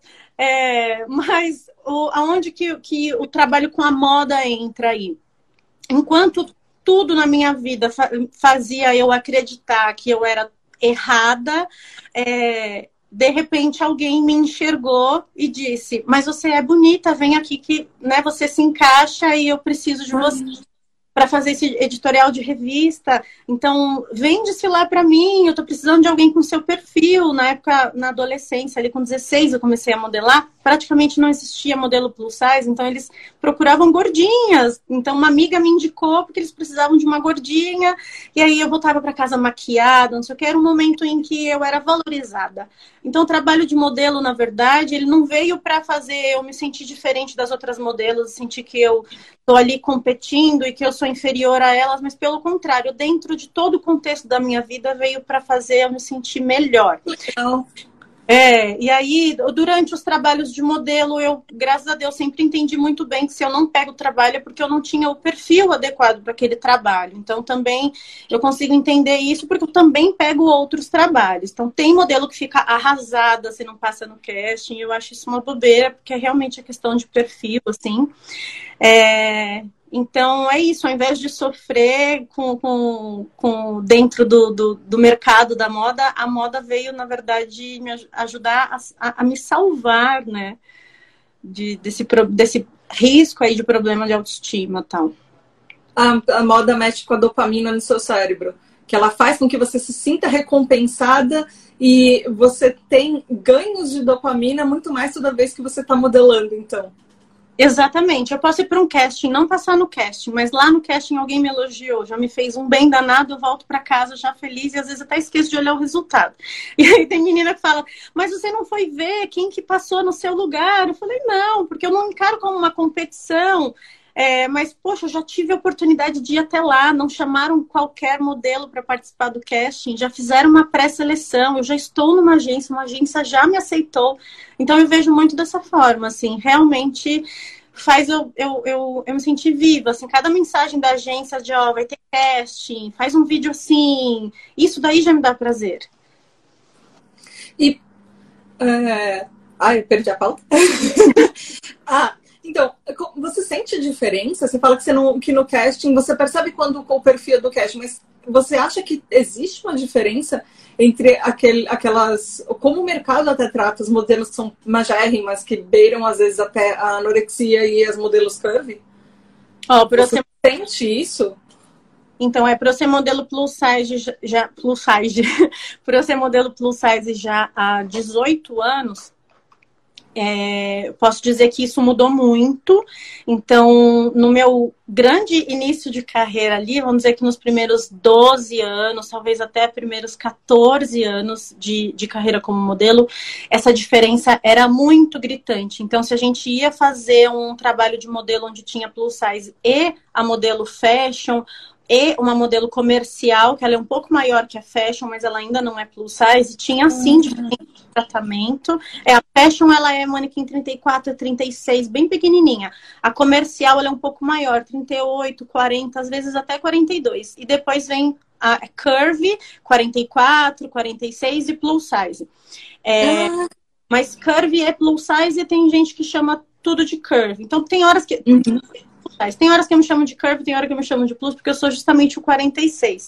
mas aonde que o trabalho com a moda entra aí? Enquanto tudo na minha vida fazia eu acreditar que eu era errada, de repente alguém me enxergou e disse, mas você é bonita, vem aqui que, né, você se encaixa e eu preciso de você para fazer esse editorial de revista. Então, vem desfilar para mim, eu tô precisando de alguém com seu perfil. Na época, na adolescência, ali com 16, eu comecei a modelar. Praticamente não existia modelo plus size, então eles procuravam gordinhas. Então, uma amiga me indicou porque eles precisavam de uma gordinha. E aí, eu voltava para casa maquiada, não sei o que. Era um momento em que eu era valorizada. Então, o trabalho de modelo, na verdade, ele não veio para fazer eu me sentir diferente das outras modelos, sentir que eu tô ali competindo e que eu sou inferior a elas, mas pelo contrário, dentro de todo o contexto da minha vida, veio para fazer eu me sentir melhor. Legal. E aí, durante os trabalhos de modelo, eu, graças a Deus, sempre entendi muito bem que se eu não pego o trabalho é porque eu não tinha o perfil adequado para aquele trabalho. Então, também eu consigo entender isso porque eu também pego outros trabalhos. Então, tem modelo que fica arrasada se não passa no casting. Eu acho isso uma bobeira, porque é realmente a questão de perfil, assim. Então, é isso. Ao invés de sofrer dentro do mercado da moda, a moda veio, na verdade, me ajudar a me salvar, né? Desse risco aí de problema de autoestima e tal. A moda mexe com a dopamina no seu cérebro, que ela faz com que você se sinta recompensada e você tem ganhos de dopamina muito mais toda vez que você está modelando, então. Exatamente. Eu posso ir para um casting, não passar no casting, mas lá no casting alguém me elogiou, já me fez um bem danado, eu volto para casa já feliz e às vezes até esqueço de olhar o resultado. E aí tem menina que fala, mas você não foi ver quem que passou no seu lugar? Eu falei, não, porque eu não encaro como uma competição. Mas, poxa, eu já tive a oportunidade de ir até lá, não chamaram qualquer modelo para participar do casting, já fizeram uma pré-seleção, eu já estou numa agência, uma agência já me aceitou. Então, eu vejo muito dessa forma, assim, realmente faz eu me sentir viva, assim, cada mensagem da agência de, vai ter casting, faz um vídeo assim, isso daí já me dá prazer. E... eu perdi a pauta. Então, você sente diferença? Você fala que no casting, você percebe quando o perfil é do casting, mas você acha que existe uma diferença entre aquelas... Como o mercado até trata os modelos que são magérrimas, que beiram às vezes até a anorexia e as modelos curvy? Você sente isso? Então, para eu ser modelo plus size, para eu ser modelo plus size já há 18 anos, posso dizer que isso mudou muito. Então, no meu grande início de carreira ali, vamos dizer que nos primeiros 12 anos, talvez até primeiros 14 anos de carreira como modelo, essa diferença era muito gritante. Então, se a gente ia fazer um trabalho de modelo onde tinha plus size e a modelo fashion, e uma modelo comercial, que ela é um pouco maior que a fashion, mas ela ainda não é plus size, tinha sim diferente de tratamento. A fashion, ela é manequim 34, 36, bem pequenininha. A comercial, ela é um pouco maior, 38, 40, às vezes até 42. E depois vem a curvy, 44, 46 e plus size. Mas curvy é plus size e tem gente que chama tudo de curvy. Então, tem horas que... Tem horas que eu me chamo de curve, tem horas que eu me chamo de plus, porque eu sou justamente o 46.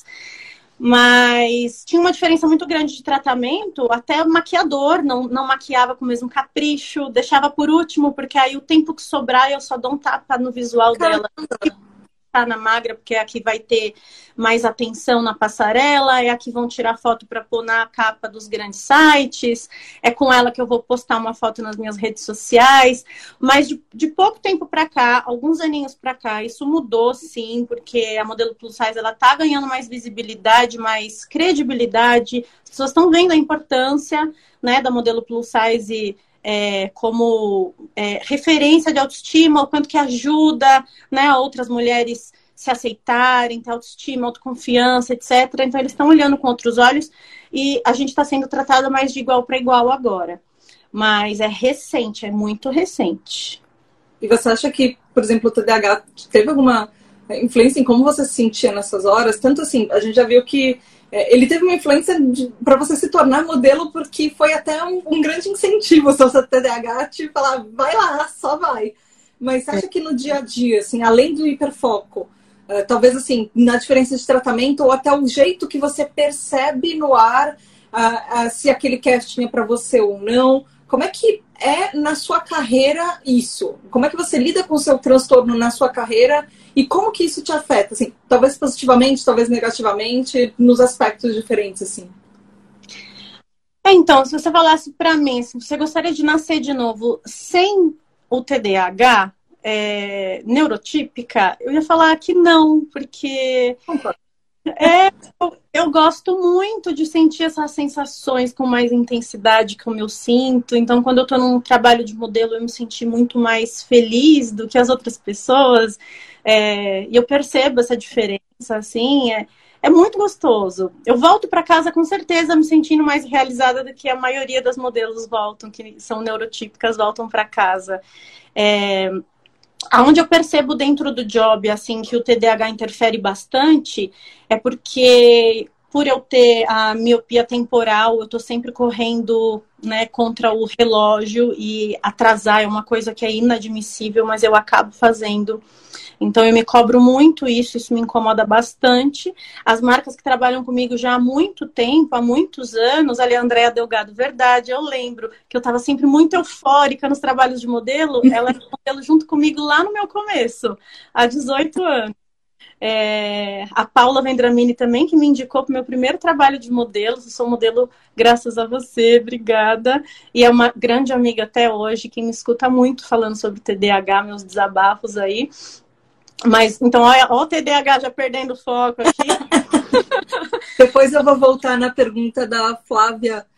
Mas tinha uma diferença muito grande de tratamento, até o maquiador não maquiava com o mesmo capricho, deixava por último, porque aí o tempo que sobrar eu só dou um tapa no visual dela. Na magra, porque é a que vai ter mais atenção na passarela, é a que vão tirar foto para pôr na capa dos grandes sites, é com ela que eu vou postar uma foto nas minhas redes sociais, mas de pouco tempo para cá, alguns aninhos para cá, isso mudou sim, porque a modelo plus size, ela tá ganhando mais visibilidade, mais credibilidade, as pessoas estão vendo a importância, né, da modelo plus size como referência de autoestima, o quanto que ajuda, né, outras mulheres se aceitarem, ter autoestima, autoconfiança, etc. Então, eles estão olhando com outros olhos e a gente está sendo tratada mais de igual para igual agora. Mas é recente, é muito recente. E você acha que, por exemplo, o TDAH teve alguma influência em como você se sentia nessas horas? Tanto assim, a gente já viu que ele teve uma influência para você se tornar modelo, porque foi até um grande incentivo se você TDAH te falar, vai lá, só vai. Mas você acha que no dia a dia, assim, além do hiperfoco, talvez assim, na diferença de tratamento ou até o jeito que você percebe no ar se aquele casting é para você ou não, como é que é na sua carreira isso? Como é que você lida com o seu transtorno na sua carreira e como que isso te afeta? Assim, talvez positivamente, talvez negativamente, nos aspectos diferentes, assim. Então, se você falasse para mim, se você gostaria de nascer de novo sem o TDAH, neurotípica, eu ia falar que não, porque... Eu gosto muito de sentir essas sensações com mais intensidade como eu sinto. Então, quando eu estou num trabalho de modelo, eu me senti muito mais feliz do que as outras pessoas. E eu percebo essa diferença, assim. É muito gostoso. Eu volto para casa com certeza me sentindo mais realizada do que a maioria das modelos voltam, que são neurotípicas, voltam para casa. Aonde eu percebo dentro do job, assim, que o TDAH interfere bastante, é porque por eu ter a miopia temporal, eu tô sempre correndo, né, contra o relógio, e atrasar é uma coisa que é inadmissível, mas eu acabo fazendo. Então eu me cobro muito isso me incomoda bastante. As marcas que trabalham comigo já há muito tempo, há muitos anos, ali a Andréa Delgado, verdade, eu lembro que eu estava sempre muito eufórica nos trabalhos de modelo, ela era modelo junto comigo lá no meu começo, há 18 anos. A Paula Vendramini também, que me indicou para o meu primeiro trabalho de modelo. Eu sou modelo graças a você, obrigada. E é uma grande amiga até hoje, que me escuta muito falando sobre TDAH, meus desabafos aí. Mas, então, olha o TDAH já perdendo o foco aqui. Depois eu vou voltar na pergunta da Flávia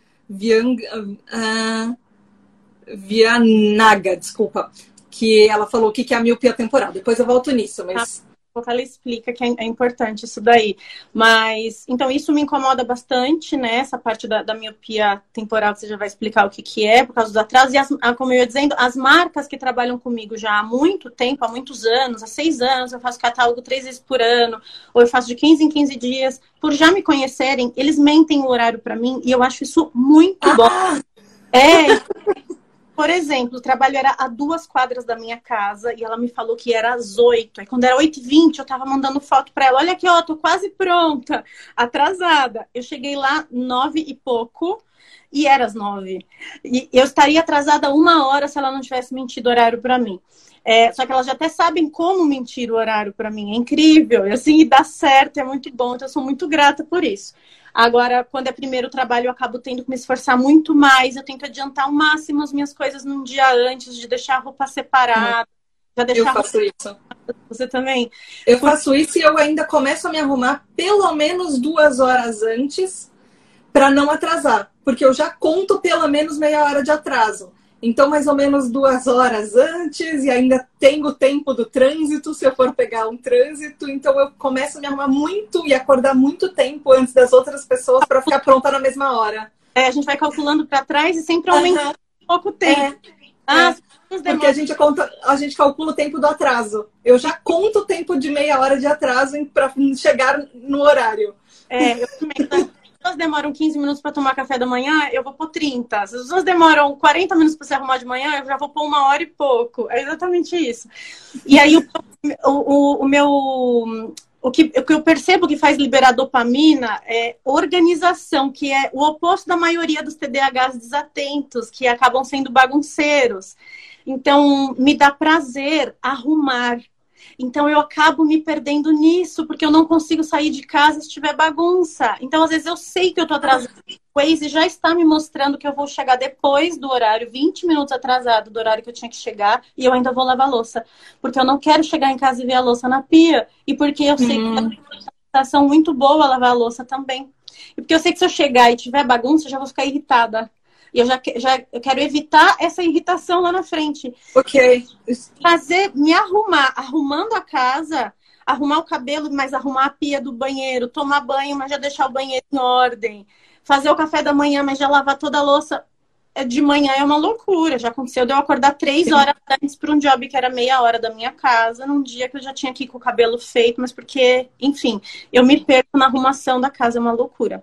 Vianaga, desculpa, que ela falou o que é a miopia temporal. Depois eu volto nisso, mas... Ela explica que é importante isso daí. Mas, então, isso me incomoda bastante, né? Essa parte da miopia temporal, que você já vai explicar o que é, por causa dos atrasos. E, como eu ia dizendo, as marcas que trabalham comigo já há muito tempo, há muitos anos, há 6 anos, eu faço catálogo 3 vezes por ano, ou eu faço de 15 em 15 dias. Por já me conhecerem, eles mentem o horário para mim, e eu acho isso muito bom. Por exemplo, o trabalho era a 2 quadras da minha casa e ela me falou que era às 8. Aí quando era 8h20, eu tava mandando foto pra ela. Olha aqui, ó, tô quase pronta, atrasada. Eu cheguei lá 9 e pouco e era às 9. E eu estaria atrasada 1 hora se ela não tivesse mentido o horário pra mim. Só que elas já até sabem como mentir o horário pra mim. É incrível. E assim, dá certo, é muito bom. Então eu sou muito grata por isso. Agora, quando é primeiro trabalho, eu acabo tendo que me esforçar muito mais. Eu tento adiantar ao máximo as minhas coisas num dia antes, de deixar a roupa separada. Já deixar eu faço isso. Você também? Eu faço isso e eu ainda começo a me arrumar pelo menos 2 horas antes para não atrasar. Porque eu já conto pelo menos meia hora de atraso. Então, mais ou menos 2 horas antes, e ainda tenho o tempo do trânsito, se eu for pegar um trânsito. Então, eu começo a me arrumar muito e acordar muito tempo antes das outras pessoas para ficar pronta na mesma hora. A gente vai calculando para trás e sempre aumenta pouco tempo. Porque a gente calcula o tempo do atraso. Eu já conto o tempo de meia hora de atraso para chegar no horário. Eu também. Se as pessoas demoram 15 minutos para tomar café da manhã, eu vou pôr 30. Se as pessoas demoram 40 minutos para se arrumar de manhã, eu já vou pôr 1 hora e pouco. É exatamente isso. E aí, o que eu percebo que faz liberar dopamina é organização, que é o oposto da maioria dos TDAHs desatentos, que acabam sendo bagunceiros. Então, me dá prazer arrumar. Então, eu acabo me perdendo nisso, porque eu não consigo sair de casa se tiver bagunça. Então, às vezes, eu sei que eu tô atrasada. O Waze já está me mostrando que eu vou chegar depois do horário, 20 minutos atrasado do horário que eu tinha que chegar, e eu ainda vou lavar a louça. Porque eu não quero chegar em casa e ver a louça na pia, e porque eu sei que é uma sensação muito boa lavar a louça também. E porque eu sei que se eu chegar e tiver bagunça, eu já vou ficar irritada. E eu quero evitar essa irritação lá na frente. Ok. Me arrumando a casa, arrumar o cabelo, mas arrumar a pia do banheiro, tomar banho, mas já deixar o banheiro em ordem, fazer o café da manhã, mas já lavar toda a louça de manhã é uma loucura. Já aconteceu de eu acordar 3 horas antes para um job que era meia hora da minha casa, num dia que eu já tinha que ir com o cabelo feito, mas porque, enfim, eu me perco na arrumação da casa, é uma loucura.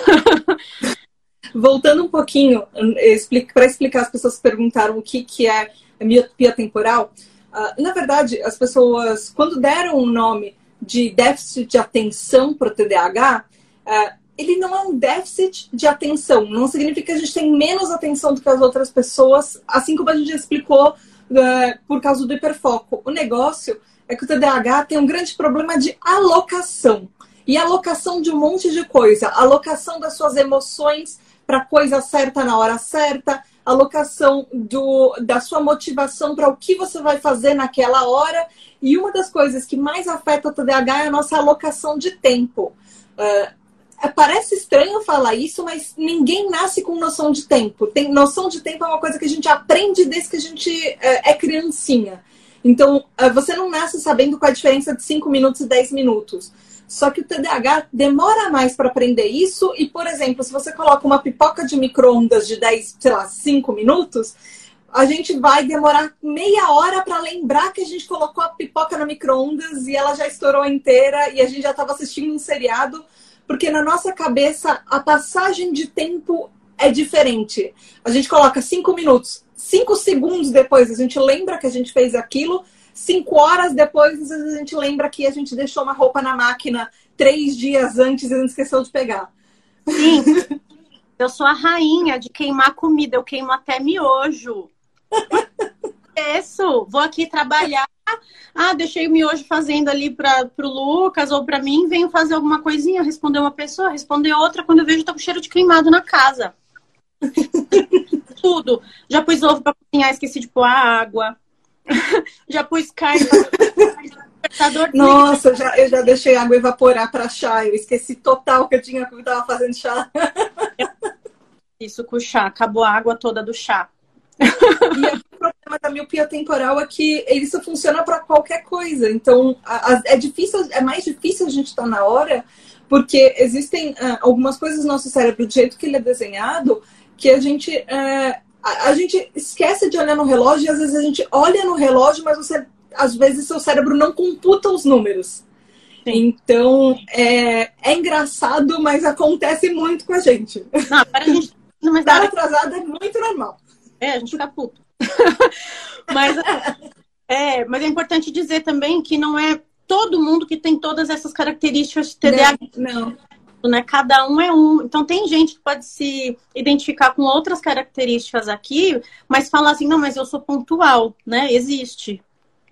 Voltando um pouquinho, para explicar, as pessoas perguntaram o que é a miopia temporal. Na verdade, as pessoas, quando deram o nome de déficit de atenção para o TDAH, ele não é um déficit de atenção. Não significa que a gente tem menos atenção do que as outras pessoas, assim como a gente já explicou por causa do hiperfoco. O negócio é que o TDAH tem um grande problema de alocação. E alocação de um monte de coisa. Alocação das suas emoções para a coisa certa na hora certa, alocação da sua motivação para o que você vai fazer naquela hora. E uma das coisas que mais afeta o TDAH é a nossa alocação de tempo. Parece estranho falar isso, mas ninguém nasce com noção de tempo. Noção de tempo é uma coisa que a gente aprende desde que a gente é criancinha. Então, você não nasce sabendo qual é a diferença de 5 minutos e 10 minutos. Só que o TDAH demora mais para aprender isso e, por exemplo, se você coloca uma pipoca de micro-ondas de 10, sei lá, 5 minutos, a gente vai demorar meia hora para lembrar que a gente colocou a pipoca no micro-ondas e ela já estourou inteira e a gente já estava assistindo um seriado, porque na nossa cabeça a passagem de tempo é diferente. A gente coloca 5 minutos, 5 segundos depois a gente lembra que a gente fez aquilo, 5 horas depois a gente lembra que a gente deixou uma roupa na máquina 3 dias antes e a gente esqueceu de pegar. Sim, eu sou a rainha de queimar comida, eu queimo até miojo. Isso, vou aqui trabalhar. Deixei o miojo fazendo ali pro Lucas ou pra mim, venho fazer alguma coisinha, responder uma pessoa, responder outra, quando eu vejo tá com cheiro de queimado na casa. Tudo. Já pus ovo pra cozinhar, esqueci de pôr água. Já pus carne pra... Nossa, eu já deixei a água evaporar pra chá. Eu esqueci total que eu tava fazendo chá. Isso com o chá, acabou a água toda do chá. E o problema da miopia temporal é que isso funciona para qualquer coisa. Então, é mais difícil a gente estar na hora, porque existem algumas coisas no nosso cérebro, do jeito que ele é desenhado, que a gente esquece de olhar no relógio, e às vezes a gente olha no relógio, mas às vezes seu cérebro não computa os números. Sim. Então, é engraçado, mas acontece muito com a gente. Não, para a gente... Estar atrasado é muito normal. A gente fica puto. mas é importante dizer também que não é todo mundo que tem todas essas características de TDAH. Não. Né? Cada um é um. Então, tem gente que pode se identificar com outras características aqui, mas fala assim, não, mas eu sou pontual, né? Existe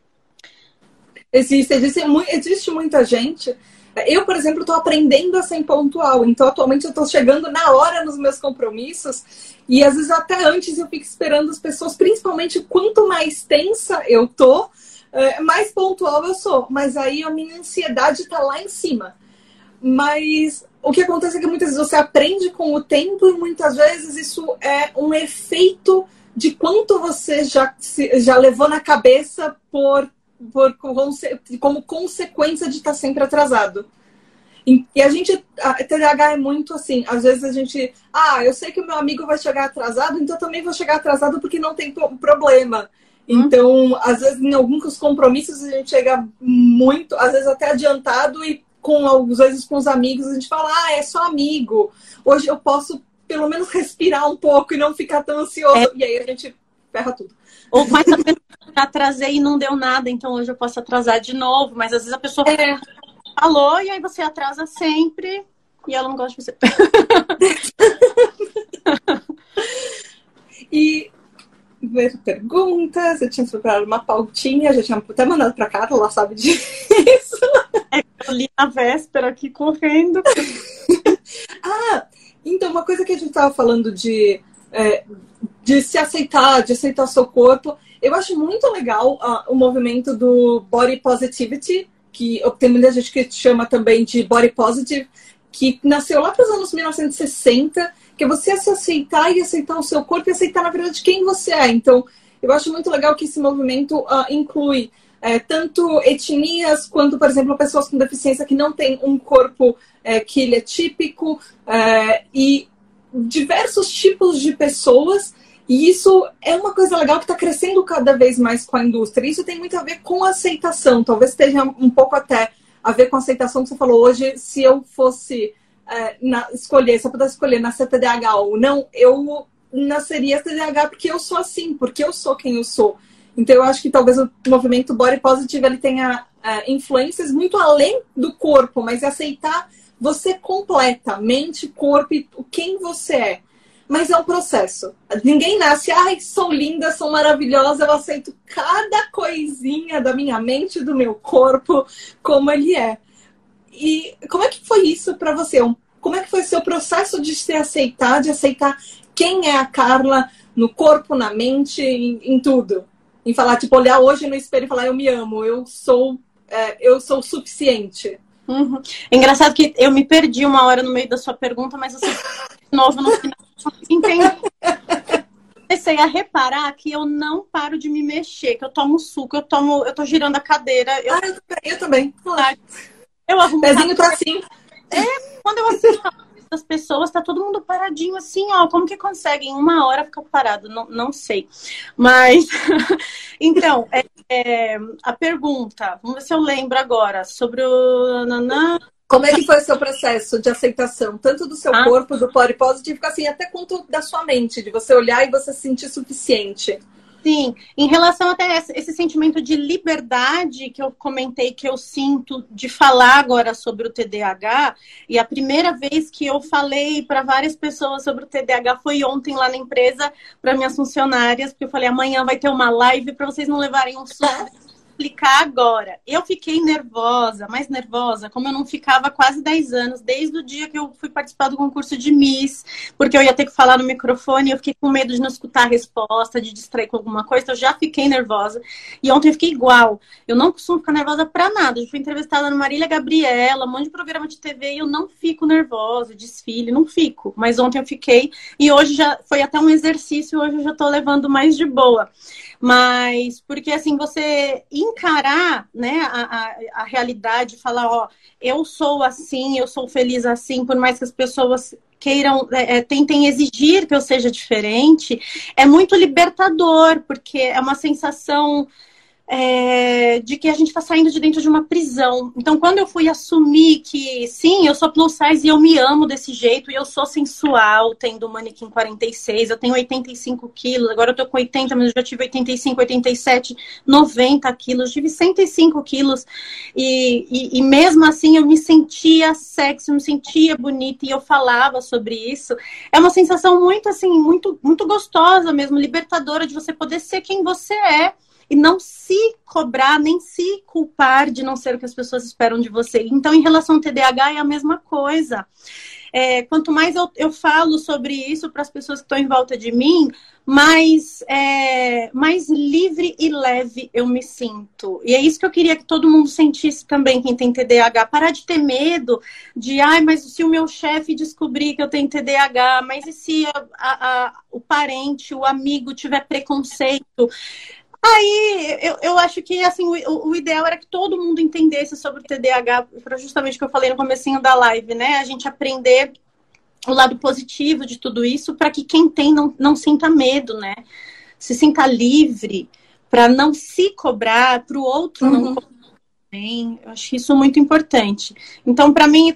muita gente. Eu, por exemplo, estou aprendendo a ser pontual. Então, atualmente, eu estou chegando na hora nos meus compromissos. E, às vezes, até antes, eu fico esperando as pessoas. Principalmente, quanto mais tensa eu tô, mais pontual eu sou. Mas aí, a minha ansiedade está lá em cima. Mas o que acontece é que, muitas vezes, você aprende com o tempo. E, muitas vezes, isso é um efeito de quanto você já levou na cabeça como consequência de estar sempre atrasado. E a TDAH é muito assim, às vezes a gente, eu sei que o meu amigo vai chegar atrasado, então eu também vou chegar atrasado porque não tem problema. Então, às vezes, em alguns compromissos a gente chega muito, às vezes até adiantado, e às vezes com os amigos a gente fala, é só amigo, hoje eu posso pelo menos respirar um pouco e não ficar tão ansioso, e aí a gente ferra tudo. Ou mais a pessoa atrasei e não deu nada, então hoje eu posso atrasar de novo. Mas às vezes a pessoa falou e aí você atrasa sempre e ela não gosta de você. E ver perguntas, eu tinha preparado uma pautinha, já tinha até mandado pra cá, ela sabe disso. Eu li na véspera aqui correndo. Então uma coisa que a gente tava falando de se aceitar, de aceitar o seu corpo. Eu acho muito legal o movimento do Body Positivity, que tem muita gente que chama também de Body Positive, que nasceu lá para os anos 1960, que é você se aceitar e aceitar o seu corpo e aceitar, na verdade, quem você é. Então, eu acho muito legal que esse movimento inclui tanto etnias, quanto, por exemplo, pessoas com deficiência que não têm um corpo que ele é típico, e diversos tipos de pessoas, e isso é uma coisa legal que está crescendo cada vez mais com a indústria. Isso tem muito a ver com aceitação, talvez esteja um pouco até a ver com a aceitação que você falou hoje. Se eu fosse se eu pudesse escolher nascer TDAH ou não, eu nasceria TDAH porque eu sou assim, porque eu sou quem eu sou. Então eu acho que talvez o movimento Body Positive ele tenha influências muito além do corpo, mas aceitar você completa, mente, corpo e quem você é. Mas é um processo. Ninguém nasce, sou linda, sou maravilhosa, eu aceito cada coisinha da minha mente, do meu corpo, como ele é. E como é que foi isso pra você? Como é que foi o seu processo de se aceitar, de aceitar quem é a Carla no corpo, na mente, em tudo? Em falar, tipo, olhar hoje no espelho e falar, eu me amo, eu sou o suficiente. Uhum. É engraçado que eu me perdi uma hora no meio da sua pergunta, mas assim, de novo no final, entendi. Comecei a reparar que eu não paro de me mexer, que eu tomo suco, eu tô girando a cadeira. Eu também. Eu arrumo pezinho pra cima. Quando eu assisto das pessoas, tá todo mundo paradinho assim, ó. Como que consegue em 1 hora ficar parado? Não sei. Mas, então, a pergunta, vamos ver se eu lembro agora, sobre o Nanã. Como é que foi o seu processo de aceitação, tanto do seu corpo, do body positive, assim, até quanto da sua mente, de você olhar e você se sentir suficiente? Sim, em relação até esse sentimento de liberdade que eu comentei, que eu sinto de falar agora sobre o TDAH, e a primeira vez que eu falei para várias pessoas sobre o TDAH foi ontem lá na empresa, para minhas funcionárias, porque eu falei, amanhã vai ter uma live para vocês não levarem um susto. Explicar agora. Eu fiquei nervosa, mais nervosa, como eu não ficava há quase 10 anos, desde o dia que eu fui participar do concurso de Miss, porque eu ia ter que falar no microfone, eu fiquei com medo de não escutar a resposta, de distrair com alguma coisa, então eu já fiquei nervosa. E ontem eu fiquei igual. Eu não costumo ficar nervosa pra nada. Eu fui entrevistada no Marília Gabriela, um monte de programa de TV, e eu não fico nervosa, desfile, não fico. Mas ontem eu fiquei, e hoje já foi até um exercício, hoje eu já tô levando mais de boa. Mas, porque assim, você encarar, né, a realidade, falar, ó, eu sou assim, eu sou feliz assim, por mais que as pessoas queiram, tentem exigir que eu seja diferente, é muito libertador, porque é uma sensação de que a gente está saindo de dentro de uma prisão. Então, quando eu fui assumir que, sim, eu sou plus size e eu me amo desse jeito, e eu sou sensual, tendo manequim 46, eu tenho 85 quilos, agora eu tô com 80, mas eu já tive 85, 87, 90 quilos, tive 105 quilos, e mesmo assim eu me sentia sexy, eu me sentia bonita, e eu falava sobre isso. É uma sensação muito, assim, muito, muito gostosa mesmo, libertadora, de você poder ser quem você é, e não se cobrar, nem se culpar de não ser o que as pessoas esperam de você. Então, em relação ao TDAH, é a mesma coisa. Quanto mais eu falo sobre isso para as pessoas que estão em volta de mim, mais livre e leve eu me sinto. E é isso que eu queria que todo mundo sentisse também, quem tem TDAH. Parar de ter medo de, mas se o meu chefe descobrir que eu tenho TDAH, mas e se o parente, o amigo tiver preconceito? Aí, eu acho que assim, o ideal era que todo mundo entendesse sobre o TDAH, justamente o que eu falei no comecinho da live, né? A gente aprender o lado positivo de tudo isso, para que quem tem não sinta medo, né? Se sinta livre, para não se cobrar, para o outro não cobrar. Eu acho isso muito importante. Então, para mim,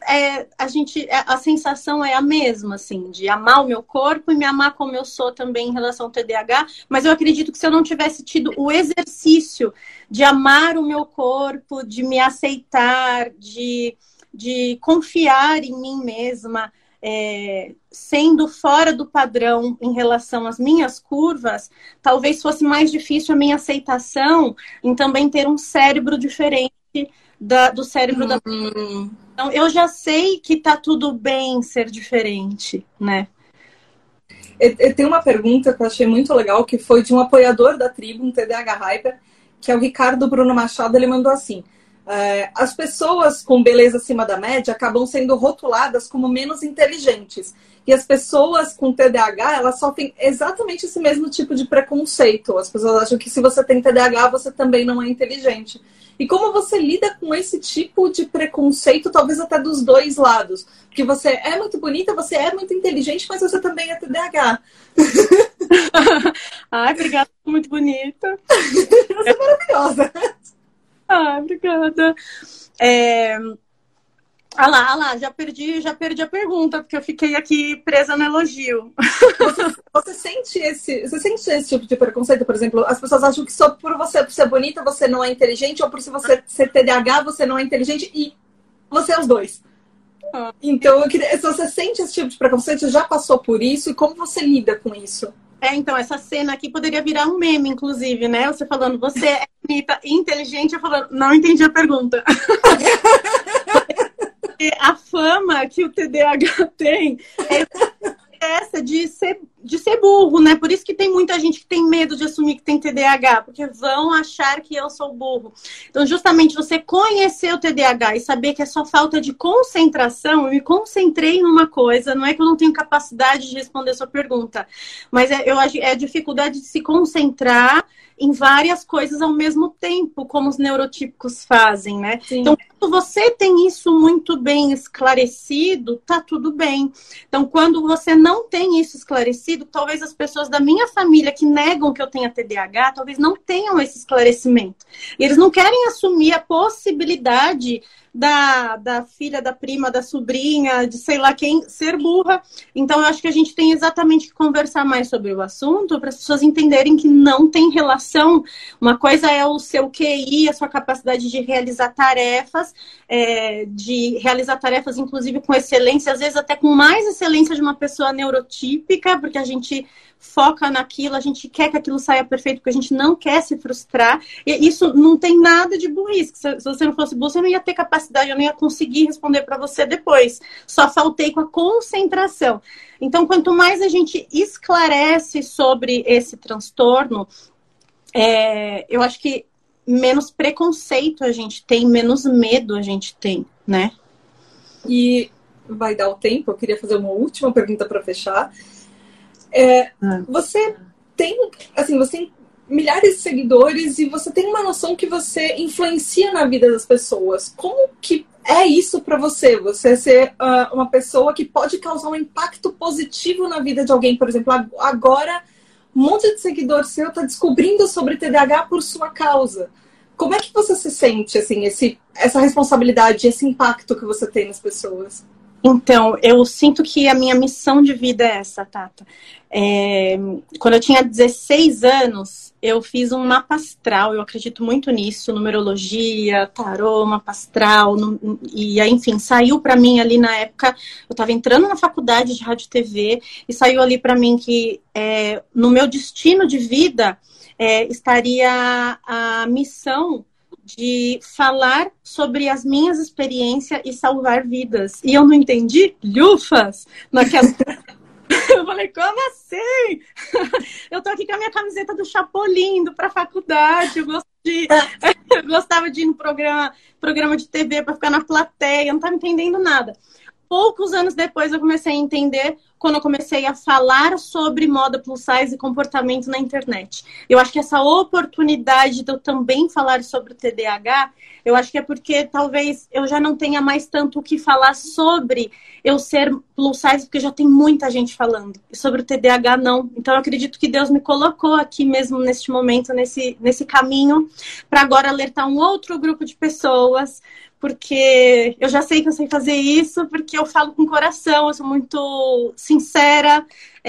a sensação é a mesma, assim, de amar o meu corpo e me amar como eu sou também em relação ao TDAH, mas eu acredito que se eu não tivesse tido o exercício de amar o meu corpo, de me aceitar, de confiar em mim mesma, sendo fora do padrão em relação às minhas curvas, talvez fosse mais difícil a minha aceitação em também ter um cérebro diferente do cérebro da pessoa. Então, eu já sei que tá tudo bem ser diferente, né? Eu tenho uma pergunta que eu achei muito legal, que foi de um apoiador da tribo, um TDAH Hyper, que é o Ricardo Bruno Machado. Ele mandou assim: as pessoas com beleza acima da média acabam sendo rotuladas como menos inteligentes. E as pessoas com TDAH, elas sofrem exatamente esse mesmo tipo de preconceito. As pessoas acham que se você tem TDAH, você também não é inteligente. E como você lida com esse tipo de preconceito, talvez até dos dois lados? Porque você é muito bonita, você é muito inteligente, mas você também é TDAH. Ai, obrigada, muito bonita. Você é maravilhosa. Obrigada. Já perdi a pergunta, porque eu fiquei aqui presa no elogio. Você sente esse tipo de preconceito? Por exemplo, as pessoas acham que só por você ser bonita você não é inteligente, ou por se você ser TDAH você não é inteligente, e você é os dois. Então, eu queria, se você sente esse tipo de preconceito, já passou por isso, e como você lida com isso? Então, essa cena aqui poderia virar um meme, inclusive, né? Você falando, você é bonita e inteligente, eu falando, não entendi a pergunta. A fama que o TDAH tem é essa de ser burro, né? Por isso que tem muita gente que tem medo de assumir que tem TDAH, porque vão achar que eu sou burro. Então, justamente, você conhecer o TDAH e saber que é só falta de concentração. Eu me concentrei numa coisa, não é que eu não tenho capacidade de responder a sua pergunta, mas eu acho a dificuldade de se concentrar em várias coisas ao mesmo tempo, como os neurotípicos fazem, né? Sim. Então, você tem isso muito bem esclarecido, tá tudo bem. Então, quando você não tem isso esclarecido, talvez as pessoas da minha família que negam que eu tenha TDAH, talvez não tenham esse esclarecimento. E eles não querem assumir a possibilidade da filha, da prima, da sobrinha, de sei lá quem, ser burra. Então, eu acho que a gente tem exatamente que conversar mais sobre o assunto para as pessoas entenderem que não tem relação. Uma coisa é o seu QI, a sua capacidade de realizar tarefas, inclusive com excelência, às vezes até com mais excelência de uma pessoa neurotípica, porque a gente foca naquilo, a gente quer que aquilo saia perfeito, porque a gente não quer se frustrar. E isso não tem nada de burrice. Se você não fosse burro, você não ia ter capacidade, eu não ia conseguir responder para você depois. Só faltei com a concentração. Então, quanto mais a gente esclarece sobre esse transtorno, eu acho que menos preconceito a gente tem, menos medo a gente tem, né? E vai dar o tempo, eu queria fazer uma última pergunta para fechar. Você tem milhares de seguidores e você tem uma noção que você influencia na vida das pessoas. Como que é isso para você? Você ser uma pessoa que pode causar um impacto positivo na vida de alguém, por exemplo, agora um monte de seguidor seu está descobrindo sobre TDAH por sua causa. Como é que você se sente, assim, essa responsabilidade, esse impacto que você tem nas pessoas? Então, eu sinto que a minha missão de vida é essa, Tata. Quando eu tinha 16 anos, eu fiz um mapa astral, eu acredito muito nisso, numerologia, tarô, mapa astral, e aí, enfim, saiu pra mim ali na época, eu tava entrando na faculdade de rádio e TV, e saiu ali pra mim que no meu destino de vida estaria a missão de falar sobre as minhas experiências e salvar vidas. E eu não entendi, lufas, naquela... Eu falei, como assim? Eu tô aqui com a minha camiseta do Chapolin, indo pra faculdade, eu gostava de ir no programa de TV pra ficar na plateia, eu não tava entendendo nada. Poucos anos depois eu comecei a entender, quando eu comecei a falar sobre moda plus size e comportamento na internet. Eu acho que essa oportunidade de eu também falar sobre o TDAH, eu acho que é porque talvez eu já não tenha mais tanto o que falar sobre eu ser plus size, porque já tem muita gente falando. E sobre o TDAH, não. Então eu acredito que Deus me colocou aqui mesmo neste momento, nesse caminho, para agora alertar um outro grupo de pessoas, porque eu já sei que eu sei fazer isso, porque eu falo com o coração, eu sou muito sincera,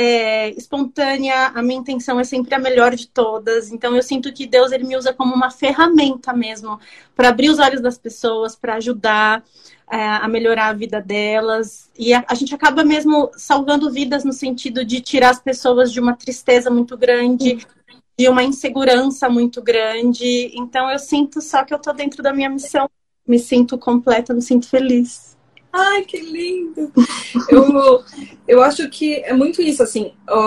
espontânea, a minha intenção é sempre a melhor de todas. Então eu sinto que Deus ele me usa como uma ferramenta mesmo, para abrir os olhos das pessoas, para ajudar a melhorar a vida delas. E a gente acaba mesmo salvando vidas no sentido de tirar as pessoas de uma tristeza muito grande, de uma insegurança muito grande. Então eu sinto só que eu tô dentro da minha missão. Me sinto completa, me sinto feliz. Ai, que lindo! Eu acho que é muito isso, assim.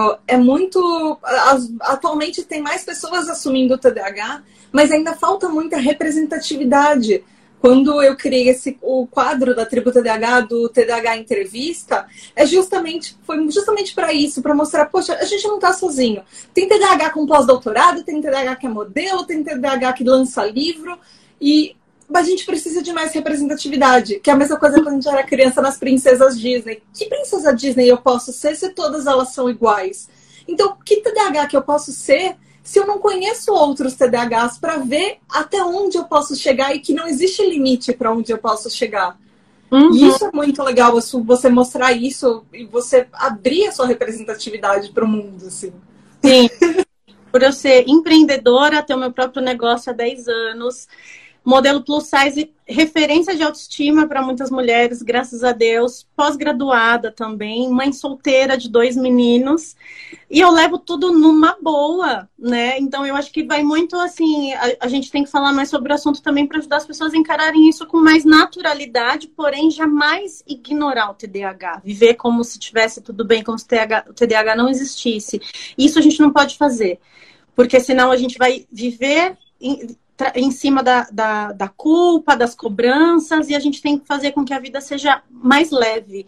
Atualmente tem mais pessoas assumindo o TDAH, mas ainda falta muita representatividade. Quando eu criei o quadro da Tribo TDAH, do TDAH Entrevista, foi justamente para isso, para mostrar, poxa, a gente não tá sozinho. Tem TDAH com pós-doutorado, tem TDAH que é modelo, tem TDAH que lança livro, mas a gente precisa de mais representatividade, que é a mesma coisa quando a gente era criança nas princesas Disney. Que princesa Disney eu posso ser se todas elas são iguais? Então, que TDAH que eu posso ser se eu não conheço outros TDAHs para ver até onde eu posso chegar e que não existe limite para onde eu posso chegar? Uhum. E isso é muito legal, você mostrar isso e você abrir a sua representatividade para o mundo, assim. Sim. Por eu ser empreendedora, ter o meu próprio negócio há 10 anos... Modelo plus size, referência de autoestima para muitas mulheres, graças a Deus. Pós-graduada também, mãe solteira de 2 meninos. E eu levo tudo numa boa, né? Então eu acho que vai muito assim, a gente tem que falar mais sobre o assunto também para ajudar as pessoas a encararem isso com mais naturalidade, porém jamais ignorar o TDAH. Viver como se tivesse tudo bem, como se o TDAH não existisse. Isso a gente não pode fazer, porque senão a gente vai viver em cima da culpa, das cobranças, e a gente tem que fazer com que a vida seja mais leve.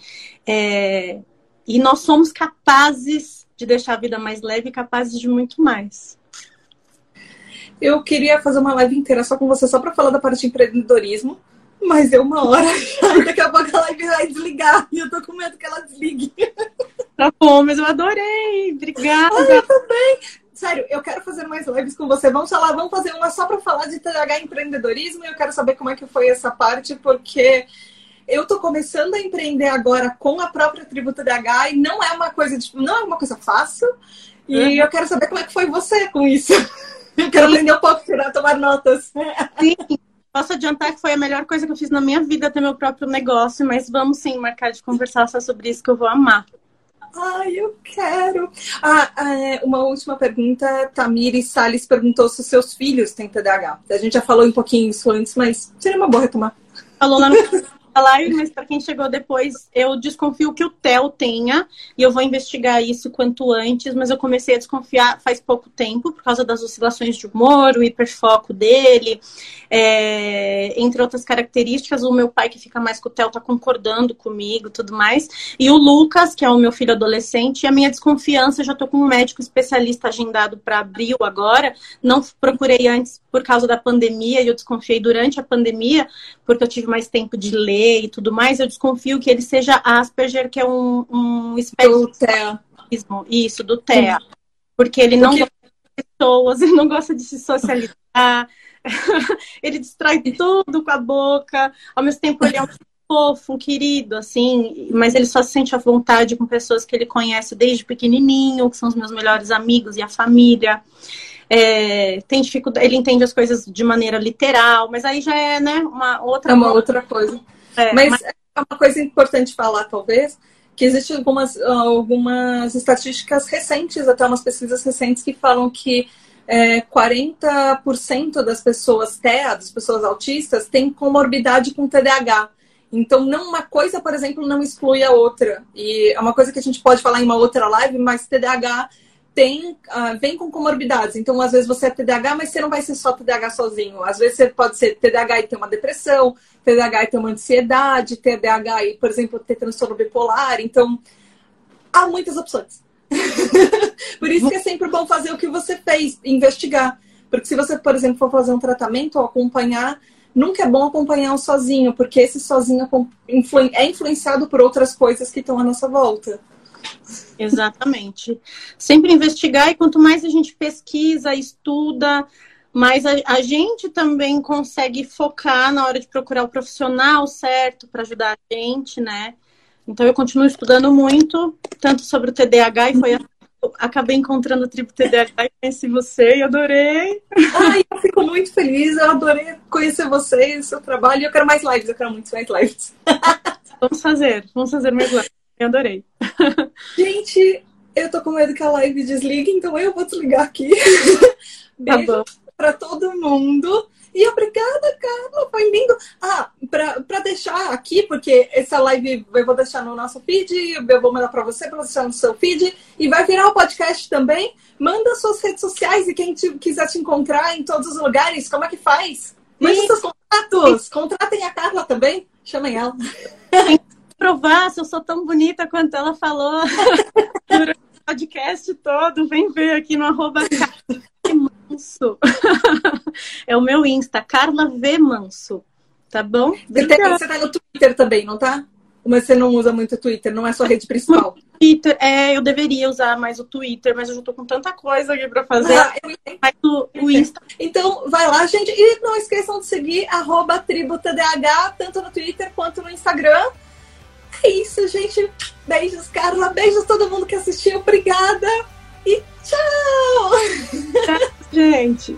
E nós somos capazes de deixar a vida mais leve e capazes de muito mais. Eu queria fazer uma live inteira só com você, só para falar da parte de empreendedorismo, Mas deu uma hora, daqui a pouco a live vai desligar. E eu tô com medo que ela desligue. Tá bom, mas eu adorei. Obrigada. Eu também. Sério, eu quero fazer mais lives com você. Vamos fazer uma só pra falar de TDAH e empreendedorismo. E eu quero saber como é que foi essa parte, porque eu tô começando a empreender agora com a própria tribo TDAH e não é uma coisa fácil. E eu quero saber como é que foi você com isso. Eu quero aprender um pouco, tomar notas. Sim. Posso adiantar que foi a melhor coisa que eu fiz na minha vida, ter meu próprio negócio, mas vamos sim marcar de conversar só sobre isso que eu vou amar. Ai, eu quero. Uma última pergunta. Tamiri Salles perguntou se os seus filhos têm TDAH. A gente já falou um pouquinho isso antes, mas seria uma boa retomar. Falou lá no live, mas para quem chegou depois, eu desconfio que o Theo tenha, e eu vou investigar isso quanto antes, mas eu comecei a desconfiar faz pouco tempo, por causa das oscilações de humor, o hiperfoco dele, entre outras características. O meu pai, que fica mais com o Theo, tá concordando comigo, tudo mais, e o Lucas, que é o meu filho adolescente, e a minha desconfiança, eu já tô com um médico especialista agendado para abril agora, não procurei antes por causa da pandemia, e eu desconfiei durante a pandemia, porque eu tive mais tempo de ler e tudo mais. Eu desconfio que ele seja Asperger, que é um espécie do TEA. Isso, do TEA. Porque ele não gosta de pessoas, ele não gosta de se socializar, ele destrói tudo com a boca, ao mesmo tempo ele é um fofo, um querido, assim, mas ele só se sente à vontade com pessoas que ele conhece desde pequenininho, que são os meus melhores amigos e a família. Tem dificuldade, ele entende as coisas de maneira literal, mas aí já é, né, uma outra coisa. Mas é uma coisa importante falar, talvez, que existem algumas estatísticas recentes, até umas pesquisas recentes, que falam que 40% das pessoas TEA, das pessoas autistas, têm comorbidade com TDAH. Então, uma coisa, por exemplo, não exclui a outra. E é uma coisa que a gente pode falar em uma outra live, mas TDAH vem com comorbidades. Então, às vezes você é TDAH, mas você não vai ser só TDAH sozinho. Às vezes você pode ser TDAH e ter uma depressão, TDAH e ter uma ansiedade, TDAH e, por exemplo, ter transtorno bipolar. Então, há muitas opções. Por isso que é sempre bom fazer o que você fez, investigar. Porque se você, por exemplo, for fazer um tratamento ou acompanhar, nunca é bom acompanhar sozinho, porque esse sozinho é influenciado por outras coisas que estão à nossa volta. Exatamente. Sempre investigar, e quanto mais a gente pesquisa, estuda, mais a gente também consegue focar na hora de procurar o profissional certo para ajudar a gente, né? Então eu continuo estudando muito, tanto sobre o TDAH, e acabei encontrando a tribo TDAH e conheci você e adorei. Ai, eu fico muito feliz, eu adorei conhecer você e o seu trabalho, e eu quero mais lives, eu quero muito mais lives. Vamos fazer mais lives. Eu adorei. Gente, eu tô com medo que a live desligue, então eu vou desligar aqui. Beijo pra todo mundo. E obrigada, Carla, foi lindo. Pra deixar aqui, porque essa live eu vou deixar no nosso feed, eu vou mandar pra você deixar no seu feed, e vai virar um podcast também. Manda suas redes sociais, e quem quiser te encontrar em todos os lugares, como é que faz? Manda seus contatos. Contratem a Carla também. Chamem ela. Provar se eu sou tão bonita quanto ela falou durante o podcast todo. Vem ver aqui no @Manso. É o meu Insta, Carla V Manso. Tá bom? Você tá no Twitter também, não tá? Mas você não usa muito o Twitter, não é sua rede principal. Twitter, eu deveria usar mais o Twitter, mas eu já tô com tanta coisa aqui pra fazer. Mas o Insta. Então, vai lá, gente. E não esqueçam de seguir @tributadh, tanto no Twitter quanto no Instagram. É isso, gente. Beijos, Carla. Beijos todo mundo que assistiu. Obrigada. E tchau. Tchau, gente.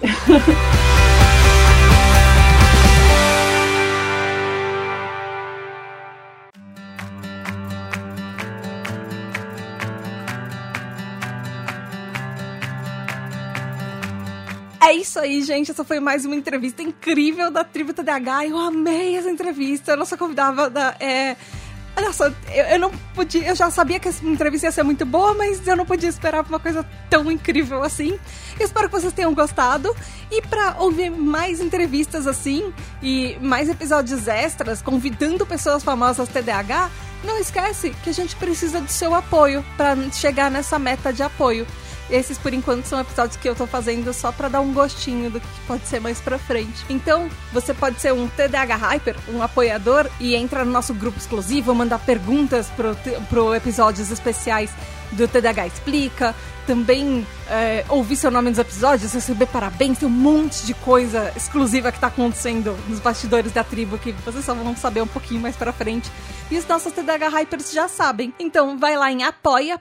É isso aí, gente. Essa foi mais uma entrevista incrível da Tribo TDAH. Eu amei essa entrevista. A nossa convidada Nossa, eu não podia. Eu já sabia que essa entrevista ia ser muito boa, mas eu não podia esperar por uma coisa tão incrível assim. Eu espero que vocês tenham gostado. E pra ouvir mais entrevistas assim e mais episódios extras convidando pessoas famosas TDAH, não esquece que a gente precisa do seu apoio para chegar nessa meta de apoio. Esses, por enquanto, são episódios que eu tô fazendo só pra dar um gostinho do que pode ser mais pra frente. Então, você pode ser um TDAH Hyper, um apoiador, e entra no nosso grupo exclusivo, mandar perguntas pro episódios especiais do TDAH Explica, também ouvir seu nome nos episódios, receber parabéns, tem um monte de coisa exclusiva que tá acontecendo nos bastidores da tribo que vocês só vão saber um pouquinho mais pra frente. E os nossos TDAH Hypers já sabem. Então vai lá em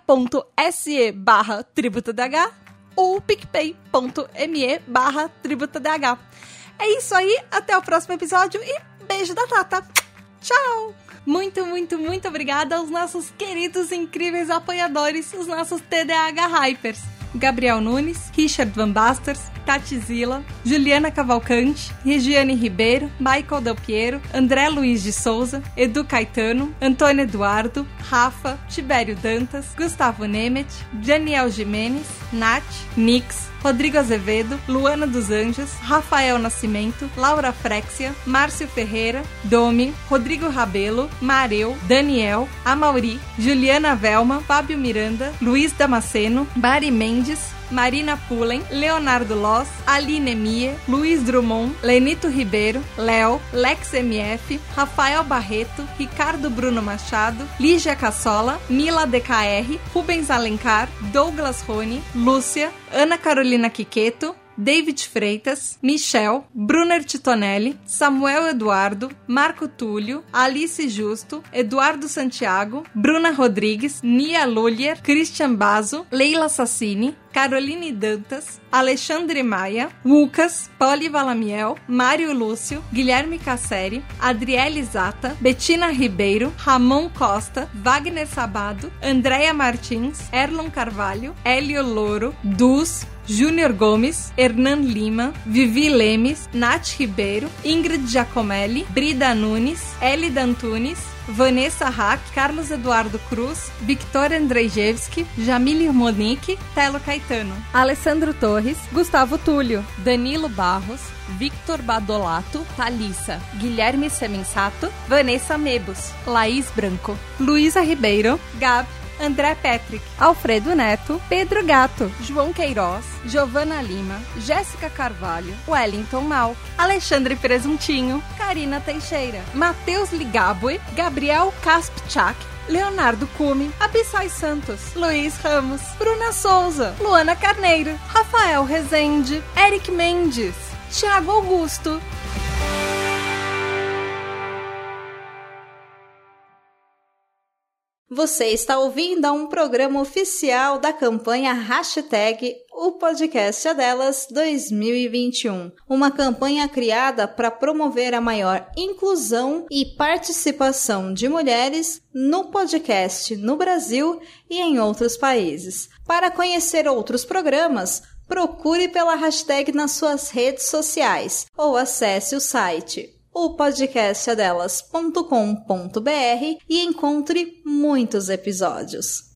apoia.se/tributdh ou picpay.me/tributdh. É isso aí, até o próximo episódio e beijo da Tata. Tchau! Muito, muito, muito obrigada aos nossos queridos e incríveis apoiadores, os nossos TDAH Hypers. Gabriel Nunes, Richard Van Basters, Tati Zila, Juliana Cavalcante, Regiane Ribeiro, Michael Del Piero, André Luiz de Souza, Edu Caetano, Antônio Eduardo, Rafa, Tibério Dantas, Gustavo Nemet, Daniel Jimenez, Nath, Nix, Rodrigo Azevedo, Luana dos Anjos, Rafael Nascimento, Laura Frexia, Márcio Ferreira, Domi, Rodrigo Rabelo, Mareu, Daniel, Amauri, Juliana Velma, Fábio Miranda, Luiz Damasceno, Bari Mendes, Marina Pullen, Leonardo Loss, Aline Mie, Luiz Drummond, Lenito Ribeiro, Léo, Lex MF, Rafael Barreto, Ricardo Bruno Machado, Lígia Cassola, Mila DKR, Rubens Alencar, Douglas Rony, Lúcia, Ana Carolina Quiqueto, David Freitas, Michel, Brunner Titonelli, Samuel Eduardo, Marco Túlio, Alice Justo, Eduardo Santiago, Bruna Rodrigues, Nia Lulier, Christian Bazo, Leila Sassini, Caroline Dantas, Alexandre Maia, Lucas, Poli Valamiel, Mário Lúcio, Guilherme Casseri, Adriele Zata, Betina Ribeiro, Ramon Costa, Wagner Sabado, Andréia Martins, Erlon Carvalho, Hélio Louro, Dus, Júnior Gomes, Hernan Lima, Vivi Lemes, Nath Ribeiro, Ingrid Giacomelli, Brida Nunes, Elida Antunes, Vanessa Hack, Carlos Eduardo Cruz, Victor Andrzejewski, Jamile Monique, Telo Caetano, Alessandro Torres, Gustavo Túlio, Danilo Barros, Victor Badolato, Thalissa, Guilherme Semensato, Vanessa Mebos, Laís Branco, Luísa Ribeiro, Gab, André Patrick, Alfredo Neto, Pedro Gato, João Queiroz, Giovana Lima, Jéssica Carvalho, Wellington Mal, Alexandre Presuntinho, Karina Teixeira, Matheus Ligabue, Gabriel Kaspchak, Leonardo Cume, Abissai Santos, Luiz Ramos, Bruna Souza, Luana Carneiro, Rafael Rezende, Eric Mendes, Thiago Augusto. Você está ouvindo a um programa oficial da campanha Hashtag O Podcast é Delas 2021, uma campanha criada para promover a maior inclusão e participação de mulheres no podcast no Brasil e em outros países. Para conhecer outros programas, procure pela hashtag nas suas redes sociais ou acesse o site opodcastadelas.com.br e encontre muitos episódios.